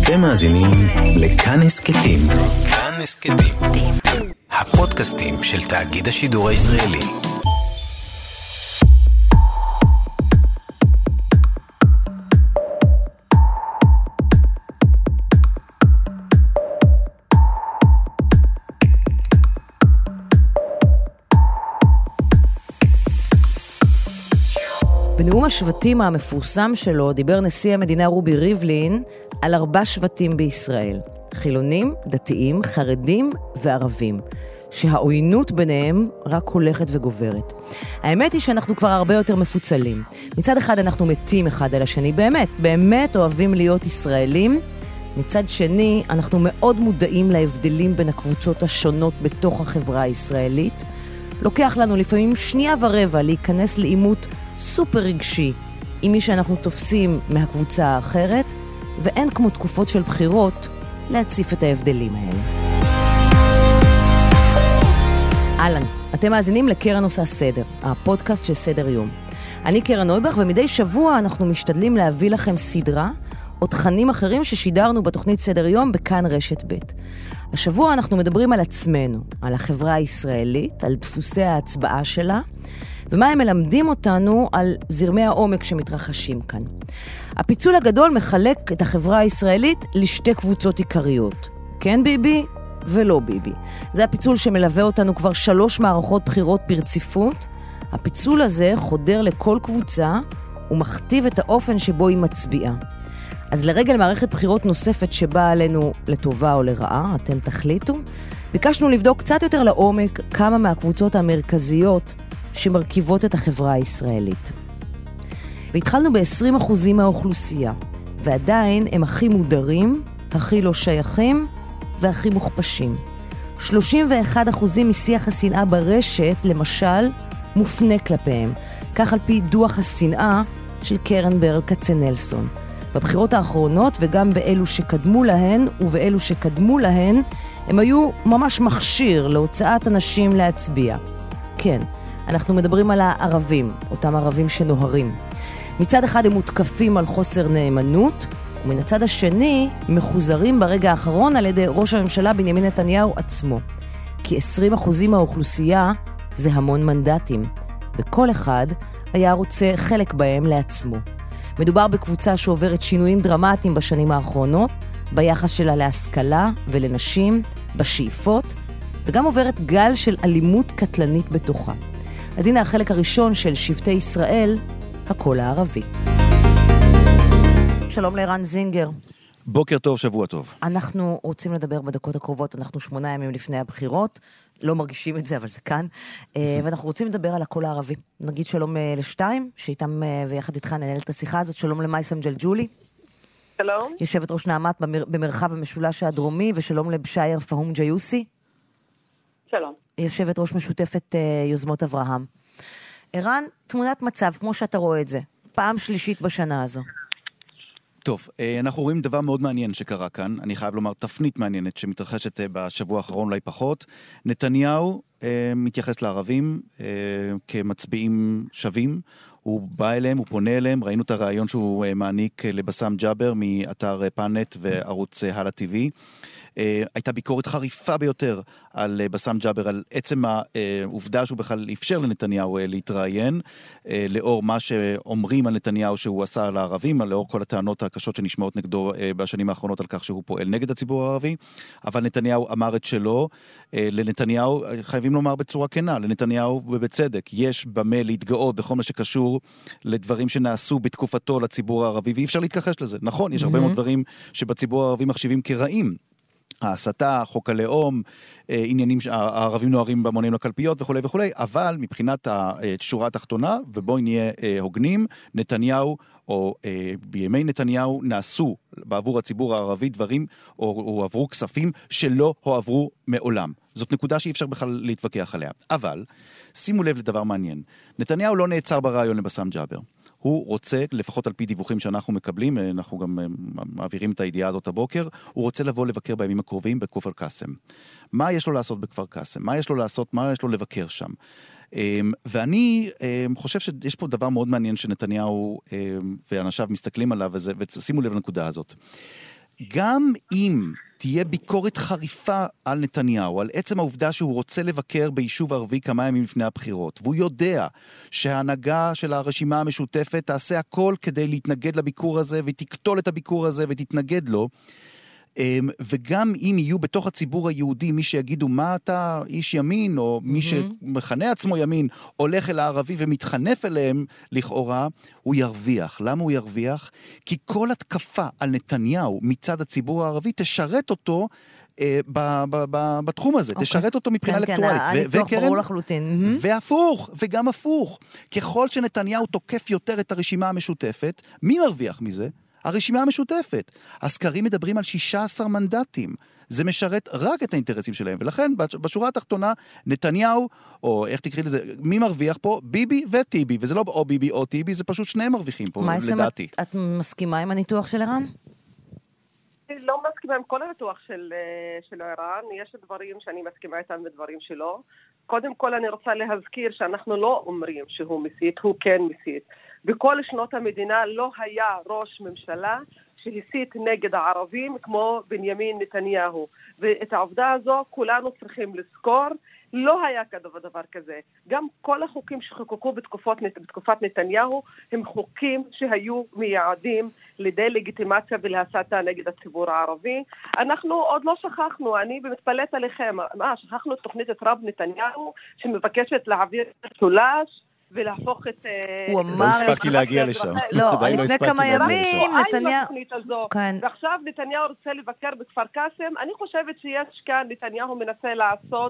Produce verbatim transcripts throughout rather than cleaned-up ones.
אתם מאזינים לכאן הסכתים. כאן הסכתים. הפודקאסטים של תאגיד השידור הישראלי. בנאום השבטים המפורסם שלו דיבר נשיא המדינה רובי ריבלין על ארבע שבטים בישראל, חילונים, דתיים, חרדים וערבים, שהעוינות ביניהם רק הולכת וגוברת. האמת היא שאנחנו כבר הרבה יותר מפוצלים. מצד אחד אנחנו מתים אחד על השני, באמת, באמת אוהבים להיות ישראלים. מצד שני, אנחנו מאוד מודעים להבדלים בין הקבוצות השונות בתוך החברה הישראלית. לוקח לנו לפעמים שנייה ורבע להיכנס לאימות סופר רגשי עם מי שאנחנו תופסים מהקבוצה האחרת, ואין כמו תקופות של בחירות להציף את ההבדלים האלה. אהלן, אתם מאזינים לקרן עושה סדר, הפודקאסט של סדר יום. אני קרן נויבך, ומדי שבוע אנחנו משתדלים להביא לכם סדרה או תכנים אחרים ששידרנו בתוכנית סדר יום בכאן רשת ב'. השבוע אנחנו מדברים על עצמנו, על החברה הישראלית, על דפוסי ההצבעה שלה, ומה הם מלמדים אותנו על זרמי העומק שמתרחשים כאן. הפיצול הגדול מחלק את החברה הישראלית לשתי קבוצות עיקריות. כן ביבי ולא ביבי. זה הפיצול שמלווה אותנו כבר שלוש מערכות בחירות ברציפות. הפיצול הזה חודר לכל קבוצה ומכתיב את האופן שבו היא מצביעה. אז לרגל מערכת בחירות נוספת שבאה עלינו לטובה או לרעה, אתם תחליטו, ביקשנו לבדוק קצת יותר לעומק כמה מהקבוצות המרכזיות שמרכיבות את החברה הישראלית. והתחלנו ב-עשרים אחוז מהאוכלוסייה, ועדיין הם הכי מודרים, הכי לא שייכים והכי מוכפשים. שלושים ואחד אחוז משיח השנאה ברשת, למשל, מופנה כלפיהם, כך על פי דוח השנאה של קרן ברל כצנלסון. בבחירות האחרונות וגם באלו שקדמו להן ובאלו שקדמו להן, הם היו ממש מכשיר להוצאת אנשים להצביע. כן, אנחנו מדברים על הערבים, אותם ערבים שנוהרים. מצד אחד הם מותקפים על חוסר נאמנות, ומן הצד השני מחוזרים ברגע האחרון על ידי ראש הממשלה בנימין נתניהו עצמו. כי עשרים אחוז מהאוכלוסייה זה המון מנדטים, וכל אחד היה רוצה חלק בהם לעצמו. מדובר בקבוצה שעוברת שינויים דרמטיים בשנים האחרונות, ביחס שלה להשכלה ולנשים, בשאיפות, וגם עוברת גל של אלימות קטלנית בתוכה. אז הנה החלק הראשון של שבטי ישראל, הקול הערבי. שלום לערן זינגר. בוקר טוב, שבוע טוב. אנחנו רוצים לדבר בדקות הקרובות, אנחנו שמונה ימים לפני הבחירות, לא מרגישים את זה, אבל זה כאן, ואנחנו רוצים לדבר על הקול הערבי. נגיד שלום לשתיים, שאיתם ויחד איתך ננהל את השיחה הזאת, שלום למייסם ג'לג'ולי. שלום. יושבת ראש נעמת במרחב המשולש הדרומי, ושלום לבשייר פהום ג'יוסי. שלום. יושבת ראש משותפת יוזמות אברהם. ערן, תמונת מצב, כמו שאתה רואה את זה, פעם שלישית בשנה הזו. טוב, אנחנו רואים דבר מאוד מעניין שקרה כאן, אני חייב לומר תפנית מעניינת שמתרחשת בשבוע האחרון אולי פחות. נתניהו מתייחס לערבים כמצביעים שווים, הוא בא אליהם, הוא פונה אליהם, ראינו את הרעיון שהוא מעניק לבסם ג'אבר מאתר פאנט וערוץ הלאה טבעי. הייתה ביקורת חריפה ביותר על בסם ג'אבר, על עצם העובדה שהוא בכלל אפשר לנתניהו להתראיין, לאור מה שאומרים על נתניהו שהוא עשה על הערבים, לאור כל הטענות הקשות שנשמעות נגדו בשנים האחרונות על כך שהוא פועל נגד הציבור הערבי, אבל נתניהו אמר את שלו. לנתניהו, חייבים לומר בצורה כנה, לנתניהו ובצדק, יש במה להתגאות בכל מה שקשור לדברים שנעשו בתקופתו לציבור הערבי, ואי אפשר להתכחש לזה. נכון, יש הרבה מאוד דברים שבציבור הערבי מחשיבים כרעים, ההסתה, חוק הלאום, עניינים הערבים נוהרים במונים לקלפיות וכו' וכו', אבל מבחינת השורה התחתונה, ובואי נהיה הוגנים, נתניהו או בימי נתניהו נעשו בעבור הציבור הערבי דברים או, או עברו כספים שלא הועברו מעולם. זאת נקודה שאי אפשר בכלל להתווכח עליה. אבל שימו לב לדבר מעניין. נתניהו לא נעצר ברעיון לבסם ג'אבר. הוא רוצה, לפחות על פי דיווחים שאנחנו מקבלים, אנחנו גם מעבירים את הידיעה הזאת הבוקר, הוא רוצה לבוא לבקר בימים הקרובים בכפר קאסם. מה יש לו לעשות בכפר קאסם? מה יש לו לעשות? מה יש לו לבקר שם? ואני חושב שיש פה דבר מאוד מעניין שנתניהו ואנשיו מסתכלים עליו, ושימו לב לנקודה הזאת. גם אם תהיה ביקורת חריפה על נתניהו, על עצם העובדה שהוא רוצה לבקר ביישוב ערבי כמה ימים לפני הבחירות, והוא יודע שההנהגה של הרשימה המשותפת תעשה הכל כדי להתנגד לביקור הזה, ותקטול את הביקור הזה ותתנגד לו, וגם אם יהיו בתוך הציבור היהודי מי שיגידו מה אתה איש ימין, או מי שמכנה עצמו ימין, הולך אל הערבי ומתחנף אליהם לכאורה, הוא ירוויח. למה הוא ירוויח? כי כל התקפה על נתניהו מצד הציבור הערבי תשרת אותו בתחום הזה, תשרת אותו מבחינה אלקטואלית. הניתוח ברור לחלוטין. והפוך, וגם הפוך. ככל שנתניהו תוקף יותר את הרשימה המשותפת, מי מרוויח מזה? הרשימה המשותפת. הסקרים מדברים על שישה עשר מנדטים. זה משרת רק את האינטרסים שלהם. ולכן, בשורה התחתונה, נתניהו, או איך תקראי לזה, מי מרוויח פה? ביבי וטיבי. וזה לא או ביבי או טיבי, זה פשוט שניהם מרוויחים פה, לדעתי. את מסכימה עם הניתוח של ערן? אני לא מסכימה עם כל הניתוח של, של ערן. יש דברים שאני מסכימה איתם ודברים שלא. קודם כל אני רוצה להזכיר שאנחנו לא אומרים שהוא מסית, הוא כן מסית. בכל שנות המדינה לא היה ראש ממשלה שהסית נגד הערבים כמו בנימין נתניהו. ואת העובדה הזו כולנו צריכים לזכור, לא היה דבר כזה. גם כל החוקים שחוקקו בתקופות, בתקופת נתניהו הם חוקים שהיו מייעדים לידי לגיטימציה ולהסתה נגד הציבור הערבי. אנחנו עוד לא שכחנו, אני מתפלאת עליכם, מה, שכחנו את תוכנית את רב נתניהו שמבקשת להעביר סולש, ולהפוך את... הוא אמר... לא הספקתי להגיע לשם. לא, לפני כמה ימים נתניהו... ועכשיו נתניהו רוצה לבקר בכפר קאסם. אני חושבת שיש כאן, נתניהו מנסה לעשות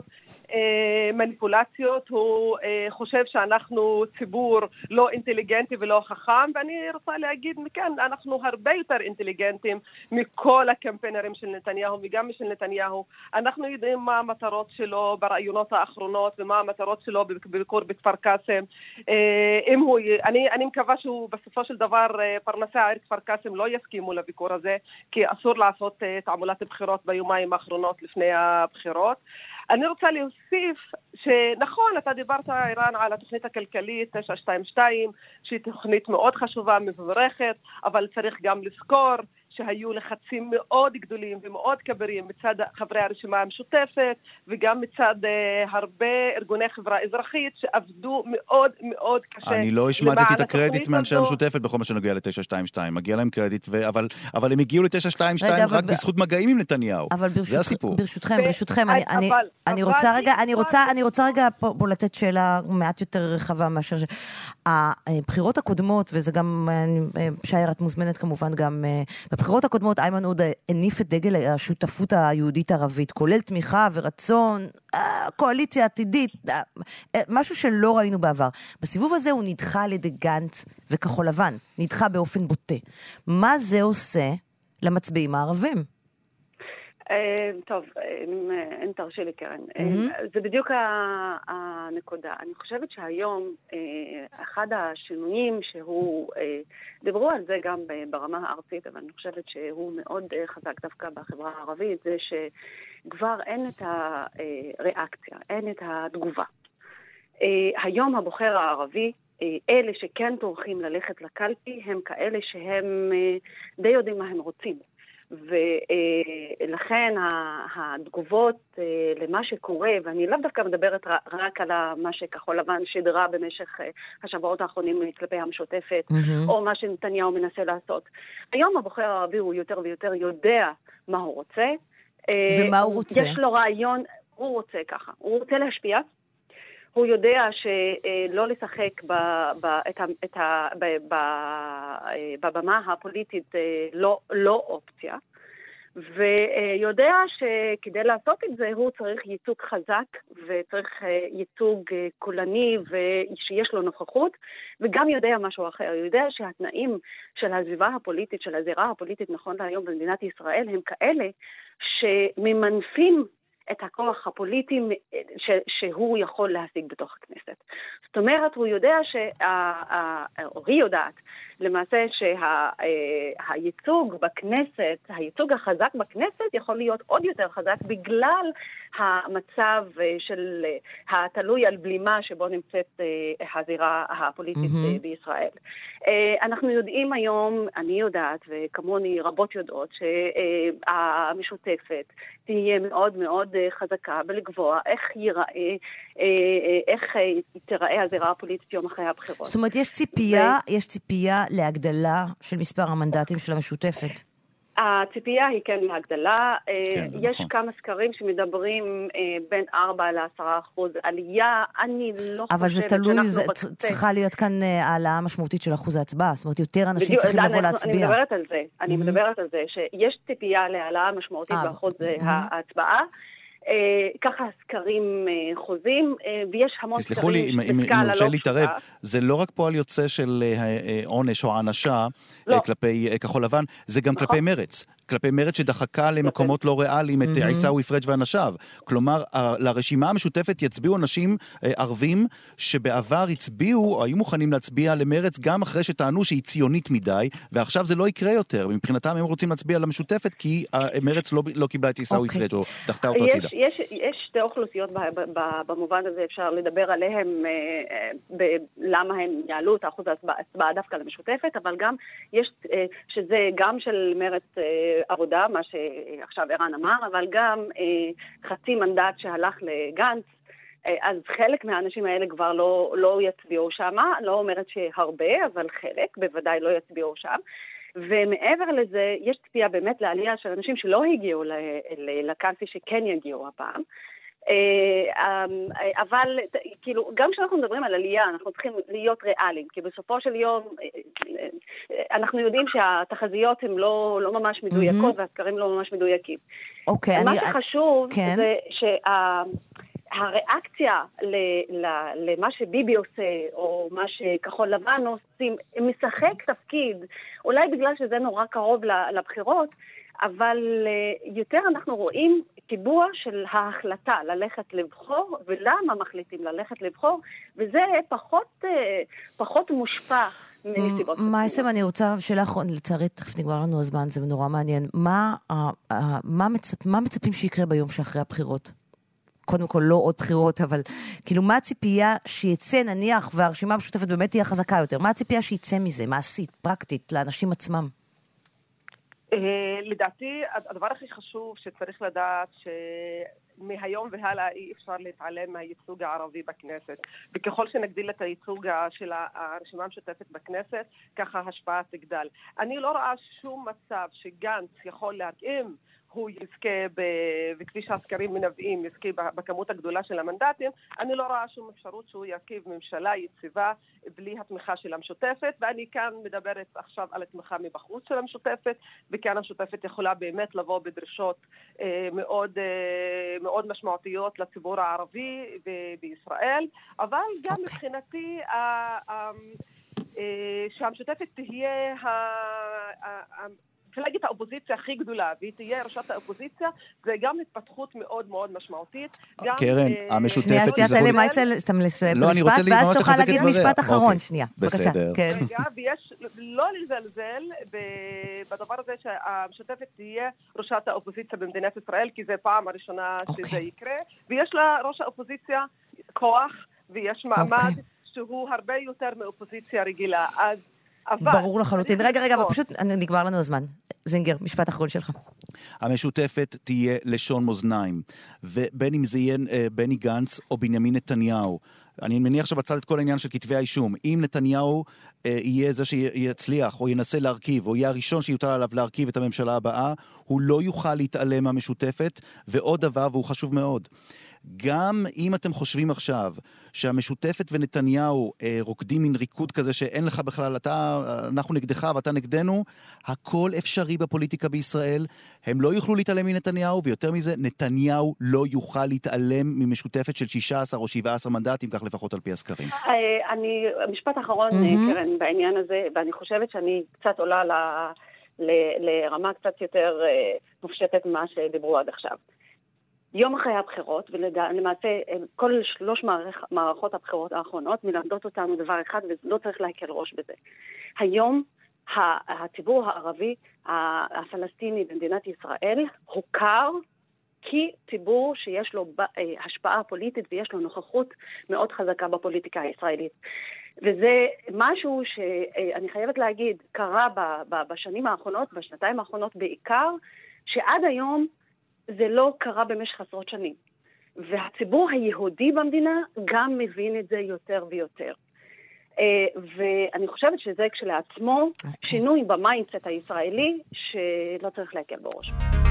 מניפולציות. הוא חושב שאנחנו ציבור לא אינטליגנטי ולא חכם, ואני רוצה להגיד מכאן, אנחנו הרבה יותר אינטליגנטים מכל הקמפיינרים של נתניהו וגם של נתניהו. אנחנו יודעים מה המטרות שלו ברעיונות האחרונות ומה המטרות שלו בביקור בכפר קאסם. אם הוא, אני, אני מקווה שהוא בסופו של דבר פרנסי העיר כפר קאסם לא יסכימו לביקור הזה, כי אסור לעשות תעמולת בחירות ביומיים האחרונות לפני הבחירות. אני רוצה להוסיף שנכון, אתה דיברת ערן על התוכנית הכלכלית תשע שתיים שתיים, שהיא תוכנית מאוד חשובה, מבורכת, אבל צריך גם לזכור שהיו לחצים מאוד גדולים ומאוד כבירים מצד חברי הרשימה המשותפת, וגם מצד uh, הרבה ארגוני חברה אזרחית שעבדו מאוד מאוד קשה. אני לא השמעתי את הקרדיט מאנשי המשותפת בכל מה שנוגע ל-תשע שתיים שתיים. מגיע להם קרדיט, ו... אבל, אבל הם הגיעו ל-תשע שתיים שתיים רק ב... בזכות מגעים עם נתניהו. אבל ברשות... זה הסיפור. ברשותכם, ברשותכם, אני, אני, אבל, אני אבל רוצה רגע, אני רוצה, אני רוצה רגע פה, פה לתת שאלה מעט יותר רחבה מאשר ש... הבחירות הקודמות, וזה גם, שייר, את מוזמנת כמובן גם, בבחירות הקודמות, איימן עודה הניף את דגל השותפות היהודית-ערבית, כולל תמיכה ורצון, קואליציה עתידית, משהו שלא ראינו בעבר. בסיבוב הזה הוא נדחה על ידי גנץ וכחול לבן, נדחה באופן בוטה. מה זה עושה למצביעים הערבים? טוב, אין תרשי לי קרן. זה בדיוק הנקודה. אני חושבת שהיום אחד השינויים שהוא, דיברו על זה גם ברמה הארצית, אבל אני חושבת שהוא מאוד חזק דווקא בחברה הערבית, זה שכבר אין את הריאקציה, אין את התגובה. היום הבוחר הערבי, אלה שכן תורכים ללכת לקלפי, הם כאלה שהם די יודעים מה הם רוצים. ולכן התגובות למה שקורה, ואני לאו דווקא מדברת רק על מה שכחול לבן שדרה במשך השבועות האחרונים כלפי המשותפת, או מה שנתניהו מנסה לעשות. היום הבוחר הערבי הוא יותר ויותר יודע מה הוא רוצה. ומה הוא רוצה? יש לו רעיון, הוא רוצה ככה, הוא רוצה להשפיע. הוא יודע שלא לשחק ב, ב, את ה, את ה, ב, ב, בבמה הפוליטית לא, לא אופציה, ויודע שכדי לעשות את זה הוא צריך ייצוג חזק וצריך ייצוג קולני ושיש לו נוכחות, וגם יודע משהו אחר, הוא יודע שהתנאים של הסביבה הפוליטית, של הזירה הפוליטית נכון להיום במדינת ישראל הם כאלה שממנפים את הכוח הפוליטי ש, שהוא יכול להשיג בתוך הכנסת. זאת אומרת, הוא יודע, ש, או היא יודעת, למעשה שהייצוג בכנסת, הייצוג החזק בכנסת יכול להיות עוד יותר חזק בגלל המצב של התלוי על בלימה שבו נמצאת הזירה הפוליטית mm-hmm. בישראל. אנחנו יודעים היום, אני יודעת וכמוני רבות יודעות שהמשותפת תהיה מאוד מאוד חזקה בלקבוע איך ייראה, איך תיראה הזירה הפוליטית יום אחרי הבחירות. זאת אומרת, יש ציפייה, ו... יש ציפייה להגדלה של מספר המנדטים של המשותפת. הציפייה היא כן להגדלה. כן, יש נכון. כמה סקרים שמדברים בין ארבע לעשרה אחוז עלייה. אני לא חושבת... אבל זה תלוי, זה, צריכה להיות כאן העלאה משמעותית של אחוז ההצבעה. זאת אומרת, יותר אנשים בדיוק, צריכים לבוא להצביע. אני מדברת על זה. אני mm-hmm. מדברת על זה, שיש ציפייה להעלאה משמעותית באחוז mm-hmm. ההצבעה. ככה סקרים חוזים, ויש המון סקרים תסלחו לי, אם נרשה להתערב, זה לא רק פועל יוצא של עונש או הענשה כלפי כחול לבן, זה גם כלפי מרץ. כלפי מרץ שדחקה למקומות לא ריאליים את עיסאווי פריג' ואנשיו. כלומר, לרשימה המשותפת יצביעו אנשים ערבים שבעבר הצביעו, או היו מוכנים להצביע למרץ גם אחרי שטענו שהיא ציונית מדי, ועכשיו זה לא יקרה יותר. מבחינתם הם רוצים להצביע למשותפת כי מרץ לא קיבלה את עיסאווי פריג' או דחתה אותו הצידה. יש, יש שתי אוכלוסיות במובן הזה, אפשר לדבר עליהם למה הם יעלו את האחוז ההצבעה דווקא למשותפת, אבל גם יש, שזה גם של מרץ עבודה, מה שעכשיו ערן אמר, אבל גם חצי מנדט שהלך לגנץ, אז חלק מהאנשים האלה כבר לא, לא יצביעו שם, לא אומרת שהרבה, אבל חלק בוודאי לא יצביעו שם. ומעבר לזה, יש ציפייה באמת לעלייה של אנשים שלא הגיעו לקלפי שכן יגיעו הפעם. אבל כאילו, גם כשאנחנו מדברים על עלייה, אנחנו צריכים להיות ריאליים, כי בסופו של יום אנחנו יודעים שהתחזיות הן לא, לא ממש מדויקות, והסקרים לא ממש מדויקים. אוקיי, מה אני... שחשוב כן. זה שה... הריאקציה למה שביבי עושה, או מה שכחול לבן עושים, משחק תפקיד, אולי בגלל שזה נורא קרוב לבחירות, אבל יותר אנחנו רואים קיבוע של ההחלטה ללכת לבחור, ולמה מחליטים ללכת לבחור, וזה פחות, פחות מושפע מנסיבות. מה אסם, אני רוצה, שאלה אחרונה, לצערי, תכף נגמר לנו הזמן, זה נורא מעניין. מה, מה, מצפ, מה מצפים שיקרה ביום שאחרי הבחירות? קודם כל לא עוד בחירות, אבל כאילו מה הציפייה שיצא נניח והרשימה המשותפת באמת תהיה חזקה יותר? מה הציפייה שיצא מזה, מעשית, פרקטית, לאנשים עצמם? לדעתי, הדבר הכי חשוב שצריך לדעת שמהיום והלאה אי אפשר להתעלם מהייצוג הערבי בכנסת. וככל שנגדיל את הייצוג של הרשימה המשותפת בכנסת, ככה השפעה תגדל. אני לא רואה שום מצב שגנץ יכול להקים הוא יזכה, ב... וכפי שהסקרים מנבאים, יזכה בכמות הגדולה של המנדטים, אני לא רואה שום אפשרות שהוא ירכיב ממשלה יציבה בלי התמיכה של המשותפת, ואני כאן מדברת עכשיו על התמיכה מבחוץ של המשותפת, וכאן המשותפת יכולה באמת לבוא בדרישות אה, מאוד, אה, מאוד משמעותיות לציבור הערבי ב- בישראל, אבל גם okay. מבחינתי אה, אה, אה, שהמשותפת תהיה ה... ה- פלגת האופוזיציה הכי גדולה, והיא תהיה ראשת האופוזיציה, זה גם התפתחות מאוד מאוד משמעותית. קרן, המשותפת... שנייה, שנייה, תעלה מה יסל, סתם לסיים במשפט, ואז תוכל להגיד משפט אחרון, שנייה. בבקשה. רגע, ויש לא לזלזל בדבר הזה שהמשותפת תהיה ראשת האופוזיציה במדינת ישראל, כי זה פעם הראשונה שזה יקרה, ויש לה ראש האופוזיציה כוח, ויש מעמד שהוא הרבה יותר מאופוזיציה רגילה. אז ברור לחלוטין. רגע, רגע, אבל פשוט נגמר לנו הזמן. זינגר, משפט אחרון שלך. המשותפת תהיה לשון מאזניים, ובין אם זה יהיה בני גנץ או בנימין נתניהו. אני מניח שבצד את כל העניין של כתבי האישום. אם נתניהו אה, יהיה זה שיצליח או ינסה להרכיב, או יהיה הראשון שיוטל עליו להרכיב את הממשלה הבאה, הוא לא יוכל להתעלם מהמשותפת. ועוד דבר, והוא חשוב מאוד, גם אם אתם חושבים עכשיו שהמשותפת ונתניהו אה, רוקדים מן ריקוד כזה שאין לך בכלל, אתה, אנחנו נגדך ואתה נגדנו, הכל אפשרי בפוליטיקה בישראל. הם לא יוכלו להתעלם מנתניהו, ויותר מזה, נתניהו לא יוכל להתעלם ממשותפת של שישה עשר או שבעה עשר מנדטים, כך לפחות על פי הסקרים. אני, משפט אחרון, mm-hmm. קרן, בעניין הזה, ואני חושבת שאני קצת עולה ל, ל, לרמה קצת יותר מופשטת ממה שדיברו עד עכשיו. יום אחרי הבחירות, ולמעשה כל שלוש מערכ, מערכות הבחירות האחרונות מלמדות אותנו דבר אחד, ולא צריך להקל ראש בזה. היום הציבור הערבי הפלסטיני במדינת ישראל הוכר כציבור שיש לו השפעה פוליטית ויש לו נוכחות מאוד חזקה בפוליטיקה הישראלית. וזה משהו שאני חייבת להגיד, קרה בשנים האחרונות, בשנתיים האחרונות בעיקר, שעד היום זה לא קרה במשך עשרות שנים. והציבור היהודי במדינה גם מבין את זה יותר ויותר. ואני חושבת שזה כשלעצמו שינוי במיינדסט הישראלי שלא צריך להקל בראש.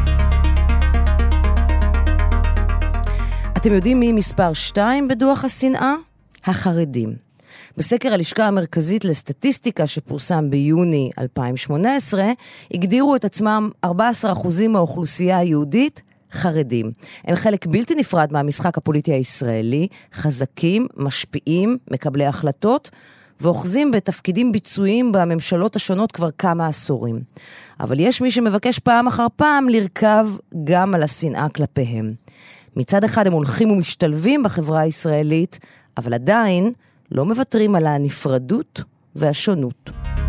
אתם יודעים מי מספר שתיים בדוח השנאה? החרדים. בסקר הלשכה המרכזית לסטטיסטיקה שפורסם ביוני אלפיים שמונה עשרה, הגדירו את עצמם ארבעה עשר אחוז מהאוכלוסייה היהודית חרדים. הם חלק בלתי נפרד מהמשחק הפוליטי הישראלי, חזקים, משפיעים, מקבלי החלטות, ואוחזים בתפקידים ביצועיים בממשלות השונות כבר כמה עשורים. אבל יש מי שמבקש פעם אחר פעם לרכב גם על השנאה כלפיהם. מצד אחד הם הולכים ומשתלבים בחברה הישראלית, אבל עדיין לא מוותרים על הנפרדות והשונות.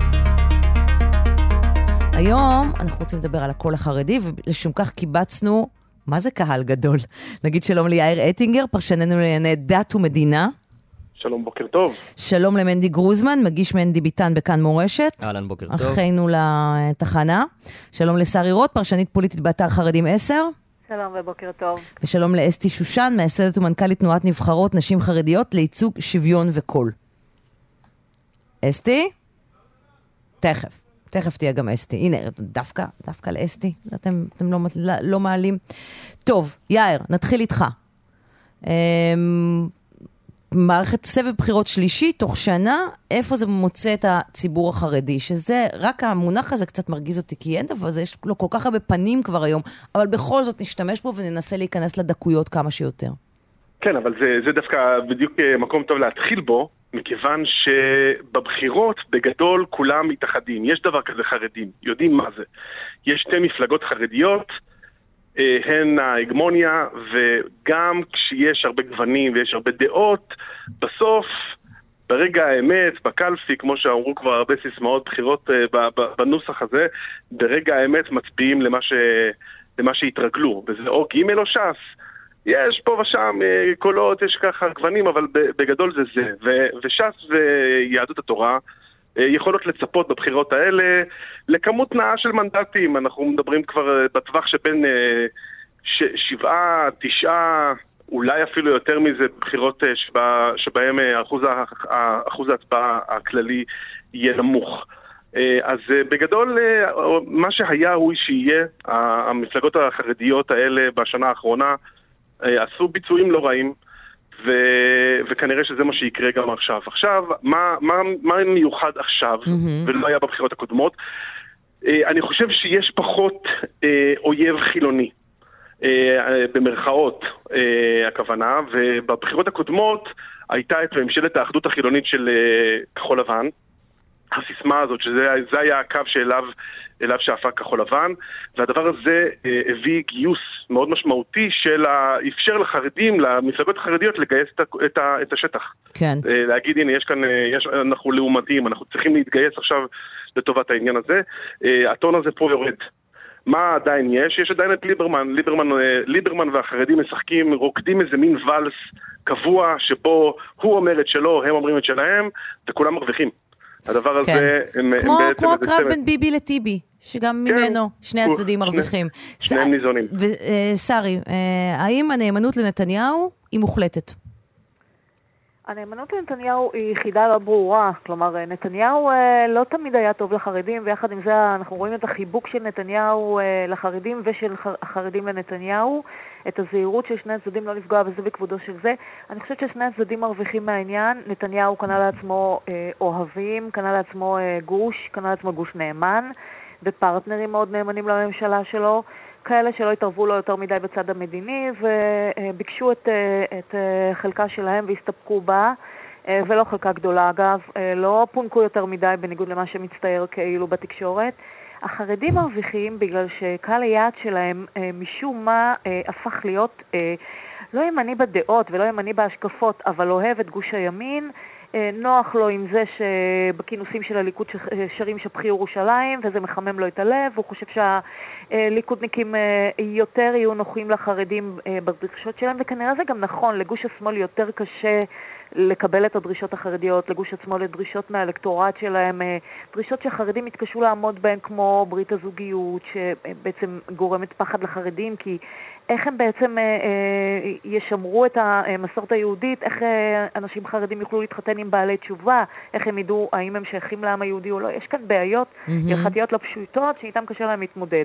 היום אנחנו רוצים לדבר על הקול החרדי, ולשום כך קיבצנו, מה זה קהל גדול? נגיד שלום ליאיר אטינגר, פרשננו לענייני דת ומדינה. שלום, בוקר טוב. שלום למנדי גרוזמן, מגיש מנדי ביטן בכאן מורשת. אהלן, בוקר טוב. אחינו לתחנה. שלום לשרי רוט, פרשנית פוליטית באתר חרדים עשר. שלום ובוקר טוב. ושלום לאסתי שושן, מייסדת ומנכ"לית תנועת נבחרות נשים חרדיות לייצוג שוויון וקול. אסתי? תכף. תכף תהיה גם אסתי. הנה, דווקא, דווקא לאסתי. אתם, אתם לא, לא, לא מעלים. טוב, יאיר, נתחיל איתך. מערכת סבב בחירות שלישי, תוך שנה, איפה זה מוצא את הציבור החרדי? שזה, רק המונח הזה קצת מרגיז אותי, כי אין דבר, זה יש לו כל כך הרבה פנים כבר היום, אבל בכל זאת נשתמש בו וננסה להיכנס לדקויות כמה שיותר. כן, אבל זה, זה דווקא בדיוק מקום טוב להתחיל בו, מכיוון שבבחירות בגדול כולם מתאחדים. יש דבר כזה חרדים, יודעים מה זה. יש שתי מפלגות חרדיות, הן ההגמוניה, וגם כשיש הרבה גוונים ויש הרבה דעות, בסוף, ברגע האמת, בקלפי, כמו שאמרו כבר הרבה סיסמאות בחירות בנוסח הזה, ברגע האמת מצביעים למה, ש... למה שהתרגלו, וזה או ג' או ש"ס. יש פה ושם קולות, יש ככה גוונים, אבל בגדול זה זה. ו... וש"ס ויהדות התורה יכולות לצפות בבחירות האלה לכמות נאה של מנדטים. אנחנו מדברים כבר בטווח שבין ש... שבעה, תשעה, אולי אפילו יותר מזה בחירות שבה... שבהם אחוז, אחוז ההצבעה הכללי יהיה נמוך. אז בגדול מה שהיה הוא שיהיה, המפלגות החרדיות האלה בשנה האחרונה עשו ביצועים לא רעים, ו... וכנראה שזה מה שיקרה גם עכשיו. עכשיו, מה, מה, מה מיוחד עכשיו, mm-hmm. ולא היה בבחירות הקודמות? אני חושב שיש פחות אויב חילוני, במרכאות הכוונה, ובבחירות הקודמות הייתה את ממשלת האחדות החילונית של כחול לבן, הסיסמה הזאת, שזה היה הקו שאליו, אליו שאפה כחול לבן, והדבר הזה אה, הביא גיוס מאוד משמעותי של אפשר לחרדים, למפלגות החרדיות לגייס את, את, את השטח. כן. אה, להגיד, הנה, יש כאן, יש, אנחנו לעומתיים, אנחנו צריכים להתגייס עכשיו לטובת העניין הזה. אה, הטון הזה פה יורד. מה עדיין יש? יש עדיין את ליברמן, ליברמן, ליברמן והחרדים משחקים, רוקדים איזה מין ולס קבוע, שבו הוא אומר את שלו, הם אומרים את שלהם, וכולם מרוויחים. הדבר הזה, כן. הם, כמו, הם כמו הקרב בין ביבי לטיבי, שגם כן, ממנו שני הצדדים מרוויחים. שני, שניהם ניזונים. שרי, האם הנאמנות לנתניהו היא מוחלטת? הנאמנות לנתניהו היא יחידה לא ברורה, כלומר נתניהו לא תמיד היה טוב לחרדים, ויחד עם זה אנחנו רואים את החיבוק של נתניהו לחרדים ושל החרדים לנתניהו, את הזהירות של שני הצדדים לא לפגוע בזה בכבודו של זה. אני חושבת ששני הצדדים מרוויחים מהעניין. נתניהו קנה לעצמו אוהבים, קנה לעצמו גוש, קנה לעצמו גוש נאמן, ופרטנרים מאוד נאמנים לממשלה שלו, כאלה שלא התערבו לו יותר מדי בצד המדיני, וביקשו את, את חלקה שלהם והסתפקו בה, ולא חלקה גדולה אגב, לא פונקו יותר מדי בניגוד למה שמצטייר כאילו בתקשורת. החרדים מרוויחים בגלל שקהל היעד שלהם משום מה הפך להיות לא ימני בדעות ולא ימני בהשקפות, אבל אוהב את גוש הימין, נוח לו עם זה שבכינוסים של הליכוד שרים שפכי ירושלים, וזה מחמם לו את הלב, הוא חושב שהליכודניקים יותר יהיו נוחים לחרדים בדרישות שלהם, וכנראה זה גם נכון, לגוש השמאל יותר קשה לקבל את הדרישות החרדיות, לגוש השמאל לדרישות מהאלקטורט שלהם, דרישות שהחרדים התקשו לעמוד בהן כמו ברית הזוגיות, שבעצם גורמת פחד לחרדים, כי איך הם בעצם ישמרו את המסורת היהודית, איך אנשים חרדים יוכלו להתחתן עם בעלי תשובה, איך הם ידעו האם הם שייכים לעם היהודי או לא. יש כאן בעיות הלכתיות לא פשוטות שאיתם קשה להם להתמודד.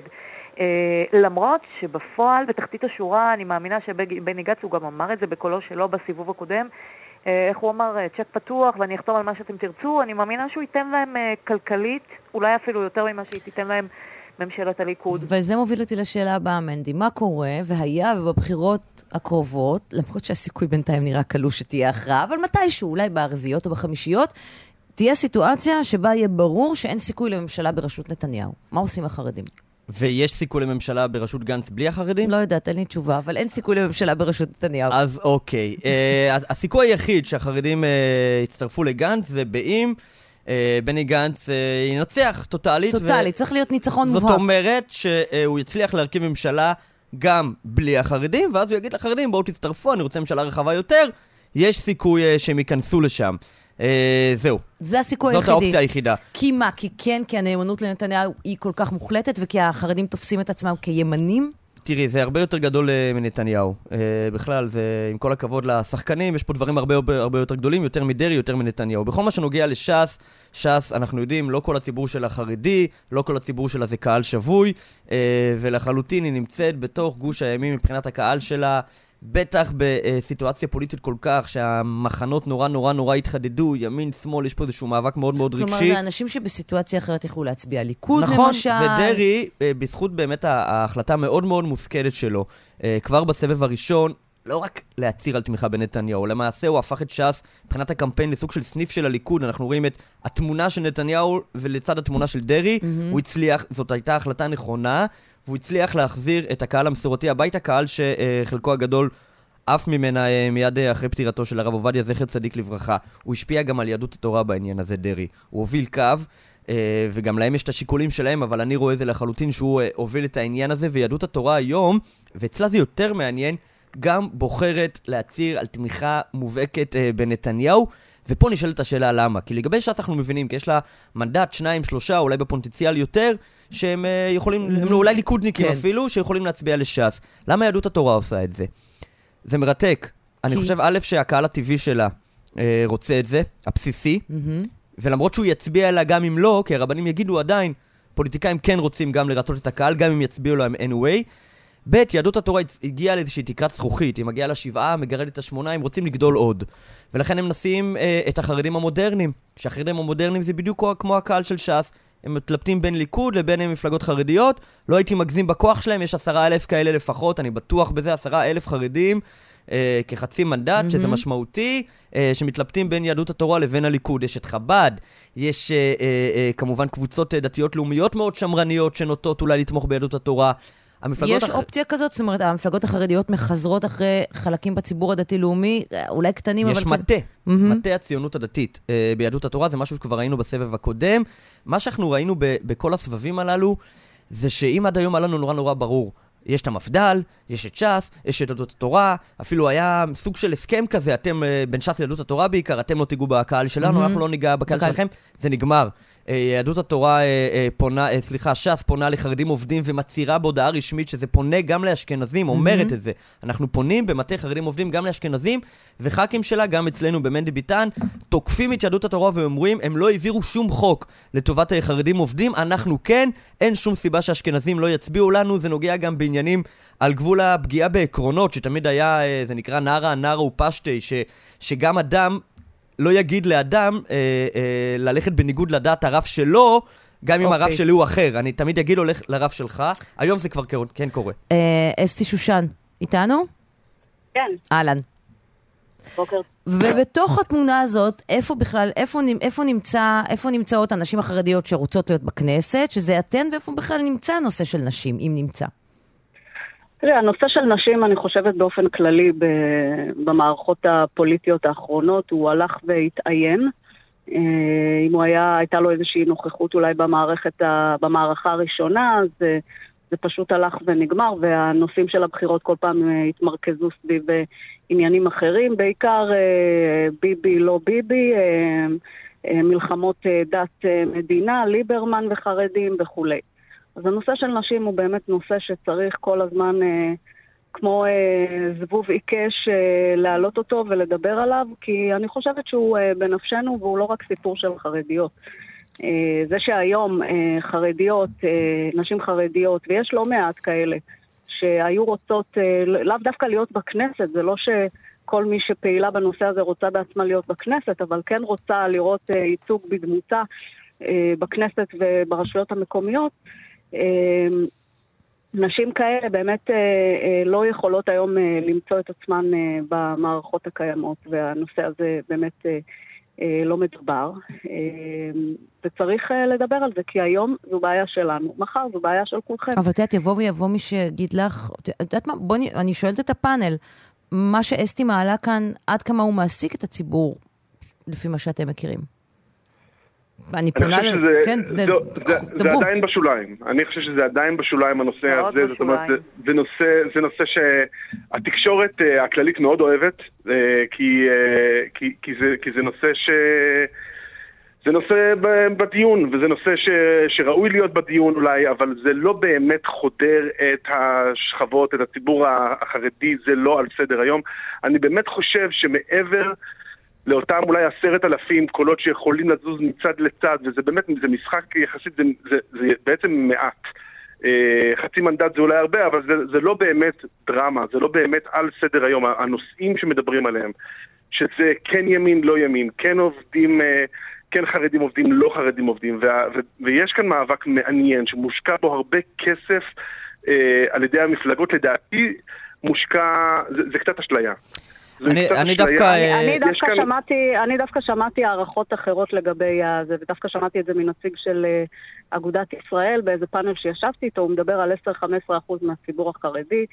למרות שבפועל, בתחתית השורה, אני מאמינה שבני גץ, הוא גם אמר את זה בקולו שלו בסיבוב הקודם, איך הוא אמר, צ'ק פתוח ואני אחתום על מה שאתם תרצו, אני מאמינה שהוא ייתן להם כלכלית, אולי אפילו יותר ממה שהיא תיתן להם ממשלת הליכוד. וזה מוביל אותי לשאלה הבאה, מנדי, מה קורה והיה ובבחירות הקרובות, למרות שהסיכוי בינתיים נראה קלוש שתהיה הכרעה, אבל מתישהו, אולי ברביעיות או בחמישיות, תהיה סיטואציה שבה יהיה ברור שאין סיכוי לממשלה בראשות נתניהו. מה עושים החרדים? ויש סיכוי לממשלה בראשות גנץ בלי החרדים? לא יודעת, אין לי תשובה, אבל אין סיכוי לממשלה בראשות נתניהו. אז אוקיי. הסיכוי היחיד שהחרדים יצטרפו לגנץ זה באם בני גנץ ינצח טוטלית. טוטלית, צריך להיות ניצחון מובהק. זאת אומרת שהוא יצליח להרכיב ממשלה גם בלי החרדים, ואז הוא יגיד לחרדים, בואו תצטרפו, אני רוצה ממשלה רחבה יותר, יש סיכוי שהם ייכנסו לשם. זהו. זה הסיכוי היחידי. זאת האופציה היחידה. כי מה? כי כן, כי הנאמנות לנתניהו היא כל כך מוחלטת, וכי החרדים תופסים את עצמם כימנים? תראי, זה הרבה יותר גדול מנתניהו. בכלל, זה, עם כל הכבוד לשחקנים, יש פה דברים הרבה, הרבה יותר גדולים, יותר מדרי, יותר מנתניהו. בכל מה שנוגע לש"ס, ש"ס, אנחנו יודעים, לא כל הציבור של החרדי, לא כל הציבור שלה זה קהל שבוי, ולחלוטין היא נמצאת בתוך גוש הימין מבחינת הקהל שלה, בטח בסיטואציה פוליטית כל כך, שהמחנות נורא נורא נורא התחדדו, ימין, שמאל, יש פה איזשהו מאבק מאוד מאוד רגשי. כלומר, זה אנשים שבסיטואציה אחרת יכולו להצביע ליכוד, נכון, למשל. נכון, ודרי, בזכות באמת ההחלטה מאוד מאוד מושכלת שלו, כבר בסבב הראשון, לא רק להציר על תמיכה בנתניהו, למעשה הוא הפך את ש"ס, מבחינת הקמפיין, לסוג של סניף של הליכוד, אנחנו רואים את התמונה של נתניהו ולצד התמונה של דרי, mm-hmm. הוא הצליח, זאת הייתה החלטה נכונה, והוא הצליח להחזיר את הקהל המסורתי הביתה, קהל שחלקו הגדול אף ממנה מיד אחרי פטירתו של הרב עובדיה, זכר צדיק לברכה. הוא השפיע גם על יהדות התורה בעניין הזה, דרי. הוא הוביל קו, וגם להם יש את השיקולים שלהם, אבל אני רואה זה לחלוטין שהוא הוביל את העניין הזה, ויהדות התורה היום, ואצלה זה יותר מעניין, גם בוחרת להציר על תמיכה מובהקת בנתניהו, ופה נשאלת השאלה למה. כי לגבי ש"ס אנחנו מבינים, כי יש לה מנדט, שניים, שלושה, אולי בפוטנציאל יותר, שהם יכולים, הם אולי ליכודניקים כן. אפילו, שיכולים להצביע לש"ס. למה יהדות התורה עושה את זה? זה מרתק. כי... אני חושב א' שהקהל הטבעי שלה אה, רוצה את זה, הבסיסי, mm-hmm. ולמרות שהוא יצביע לה גם אם לא, כי הרבנים יגידו עדיין, פוליטיקאים כן רוצים גם לרצות את הקהל, גם אם יצביעו להם anyway. ב' יהדות התורה הגיעה לאיזושהי תקרת זכוכית, היא מגיעה לשבעה, מגרדת את השמונה, הם רוצים לגדול עוד. ולכן הם נשים אה, את החרדים המודרניים, שהחרדים המודרניים זה בדיוק כמו הקהל של ש"ס, הם מתלבטים בין ליכוד לבין הם מפלגות חרדיות, לא הייתי מגזים בכוח שלהם, יש עשרה אלף כאלה לפחות, אני בטוח בזה, עשרה אלף חרדים, אה, כחצי מנדט, mm-hmm. שזה משמעותי, אה, שמתלבטים בין יהדות התורה לבין הליכוד. יש את חב"ד, יש אה, אה, אה, כמובן קבוצות דתיות לאומיות מאוד שמרניות, שנוטות אולי לתמוך ביהדות התורה. יש הח... אופציה כזאת? זאת אומרת, המפלגות החרדיות מחזרות אחרי חלקים בציבור הדתי-לאומי, אולי קטנים, יש אבל... יש מטה, mm-hmm. מטה הציונות הדתית אה, ביהדות התורה, זה משהו שכבר ראינו בסבב הקודם. מה שאנחנו ראינו ב- בכל הסבבים הללו, זה שאם עד היום היה לנו נורא נורא ברור, יש את המפד"ל, יש את ש"ס, יש את יהדות התורה, אפילו היה סוג של הסכם כזה, אתם, אה, בין ש"ס ליהדות התורה בעיקר, אתם לא תיגעו בקהל שלנו, mm-hmm. אנחנו לא ניגע בקהל בקהל... שלכם, זה נגמר. יהדות התורה פונה, סליחה, ש"ס פונה לחרדים עובדים ומצהירה בהודעה רשמית שזה פונה גם לאשכנזים, אומרת את זה. אנחנו פונים במטה חרדים עובדים גם לאשכנזים, וח"כים שלה, גם אצלנו במנדי ביטן, תוקפים את יהדות התורה ואומרים, הם לא העבירו שום חוק לטובת חרדים עובדים, אנחנו כן, אין שום סיבה שאשכנזים לא יצביעו לנו, זה נוגע גם בעניינים על גבול הפגיעה בעקרונות, שתמיד היה, זה נקרא נערה, נערה ופשטי, ש, שגם אדם לא יגיד לאדם אה, אה, ללכת בניגוד לדעת הרב שלו, גם אם הרב שלי הוא אחר. אני תמיד אגיד הולך לרב שלך. היום זה כבר כן קורה. אסתי שושן, איתנו? כן. אהלן. בוקר. ובתוך התמונה הזאת, איפה בכלל, איפה, איפה, נמצא, איפה נמצאות הנשים החרדיות שרוצות להיות בכנסת, שזה אתן, ואיפה בכלל נמצא הנושא של נשים, אם נמצא? תראה, הנושא של נשים, אני חושבת באופן כללי, במערכות הפוליטיות האחרונות, הוא הלך והתעיין. אם הוא היה, הייתה לו איזושהי נוכחות אולי במערכת, במערכה הראשונה, אז זה פשוט הלך ונגמר, והנושאים של הבחירות כל פעם התמרכזו סביב עניינים אחרים, בעיקר ביבי לא ביבי, מלחמות דת מדינה, ליברמן וחרדים וכו'. אז הנושא של נשים הוא באמת נושא שצריך כל הזמן, כמו זבוב עיקש, להעלות אותו ולדבר עליו, כי אני חושבת שהוא בנפשנו והוא לא רק סיפור של חרדיות. זה שהיום חרדיות, נשים חרדיות, ויש לא מעט כאלה, שהיו רוצות לאו דווקא להיות בכנסת, זה לא שכל מי שפעילה בנושא הזה רוצה בעצמה להיות בכנסת, אבל כן רוצה לראות ייצוג בדמותה בכנסת וברשויות המקומיות. נשים כאלה באמת לא יכולות היום למצוא את עצמן במערכות הקיימות, והנושא הזה באמת לא מדובר, וצריך לדבר על זה, כי היום זו בעיה שלנו, מחר זו בעיה של כולכם. אבל תעת, יבוא ויבוא מי שיגיד לך, תעת מה, בוא, אני שואלת את הפאנל, מה שאסתי מעלה כאן, עד כמה הוא מעסיק את הציבור, לפי מה שאתם מכירים? אני פונה ל... כן, זה עדיין בשוליים. אני חושב שזה עדיין בשוליים הנושא הזה. זאת אומרת, זה נושא שהתקשורת הכללית מאוד אוהבת, כי זה נושא ש... זה נושא בדיון, וזה נושא שראוי להיות בדיון אולי, אבל זה לא באמת חודר את השכבות, את הציבור החרדי, זה לא על סדר היום. אני באמת חושב שמעבר לאותם אולי עשרת אלפים קולות שיכולים לזוז מצד לצד, וזה באמת, זה משחק יחסית, זה, זה, זה בעצם מעט. חצי מנדט זה אולי הרבה, אבל זה, זה לא באמת דרמה, זה לא באמת על סדר היום. הנושאים שמדברים עליהם, שזה כן ימין, לא ימין, כן עובדים, כן חרדים עובדים, לא חרדים עובדים, ו, ו, ויש כאן מאבק מעניין, שמושקע בו הרבה כסף על ידי המפלגות, לדעתי מושקע, זה, זה קצת אשליה. אני, אני דווקא... אני דווקא כאן... שמעתי, אני דווקא שמעתי הערכות אחרות לגבי זה, ודווקא שמעתי את זה מנציג של אגודת ישראל, באיזה פאנל שישבתי איתו, הוא מדבר על עשר עד חמש עשרה אחוז מהציבור החרדי,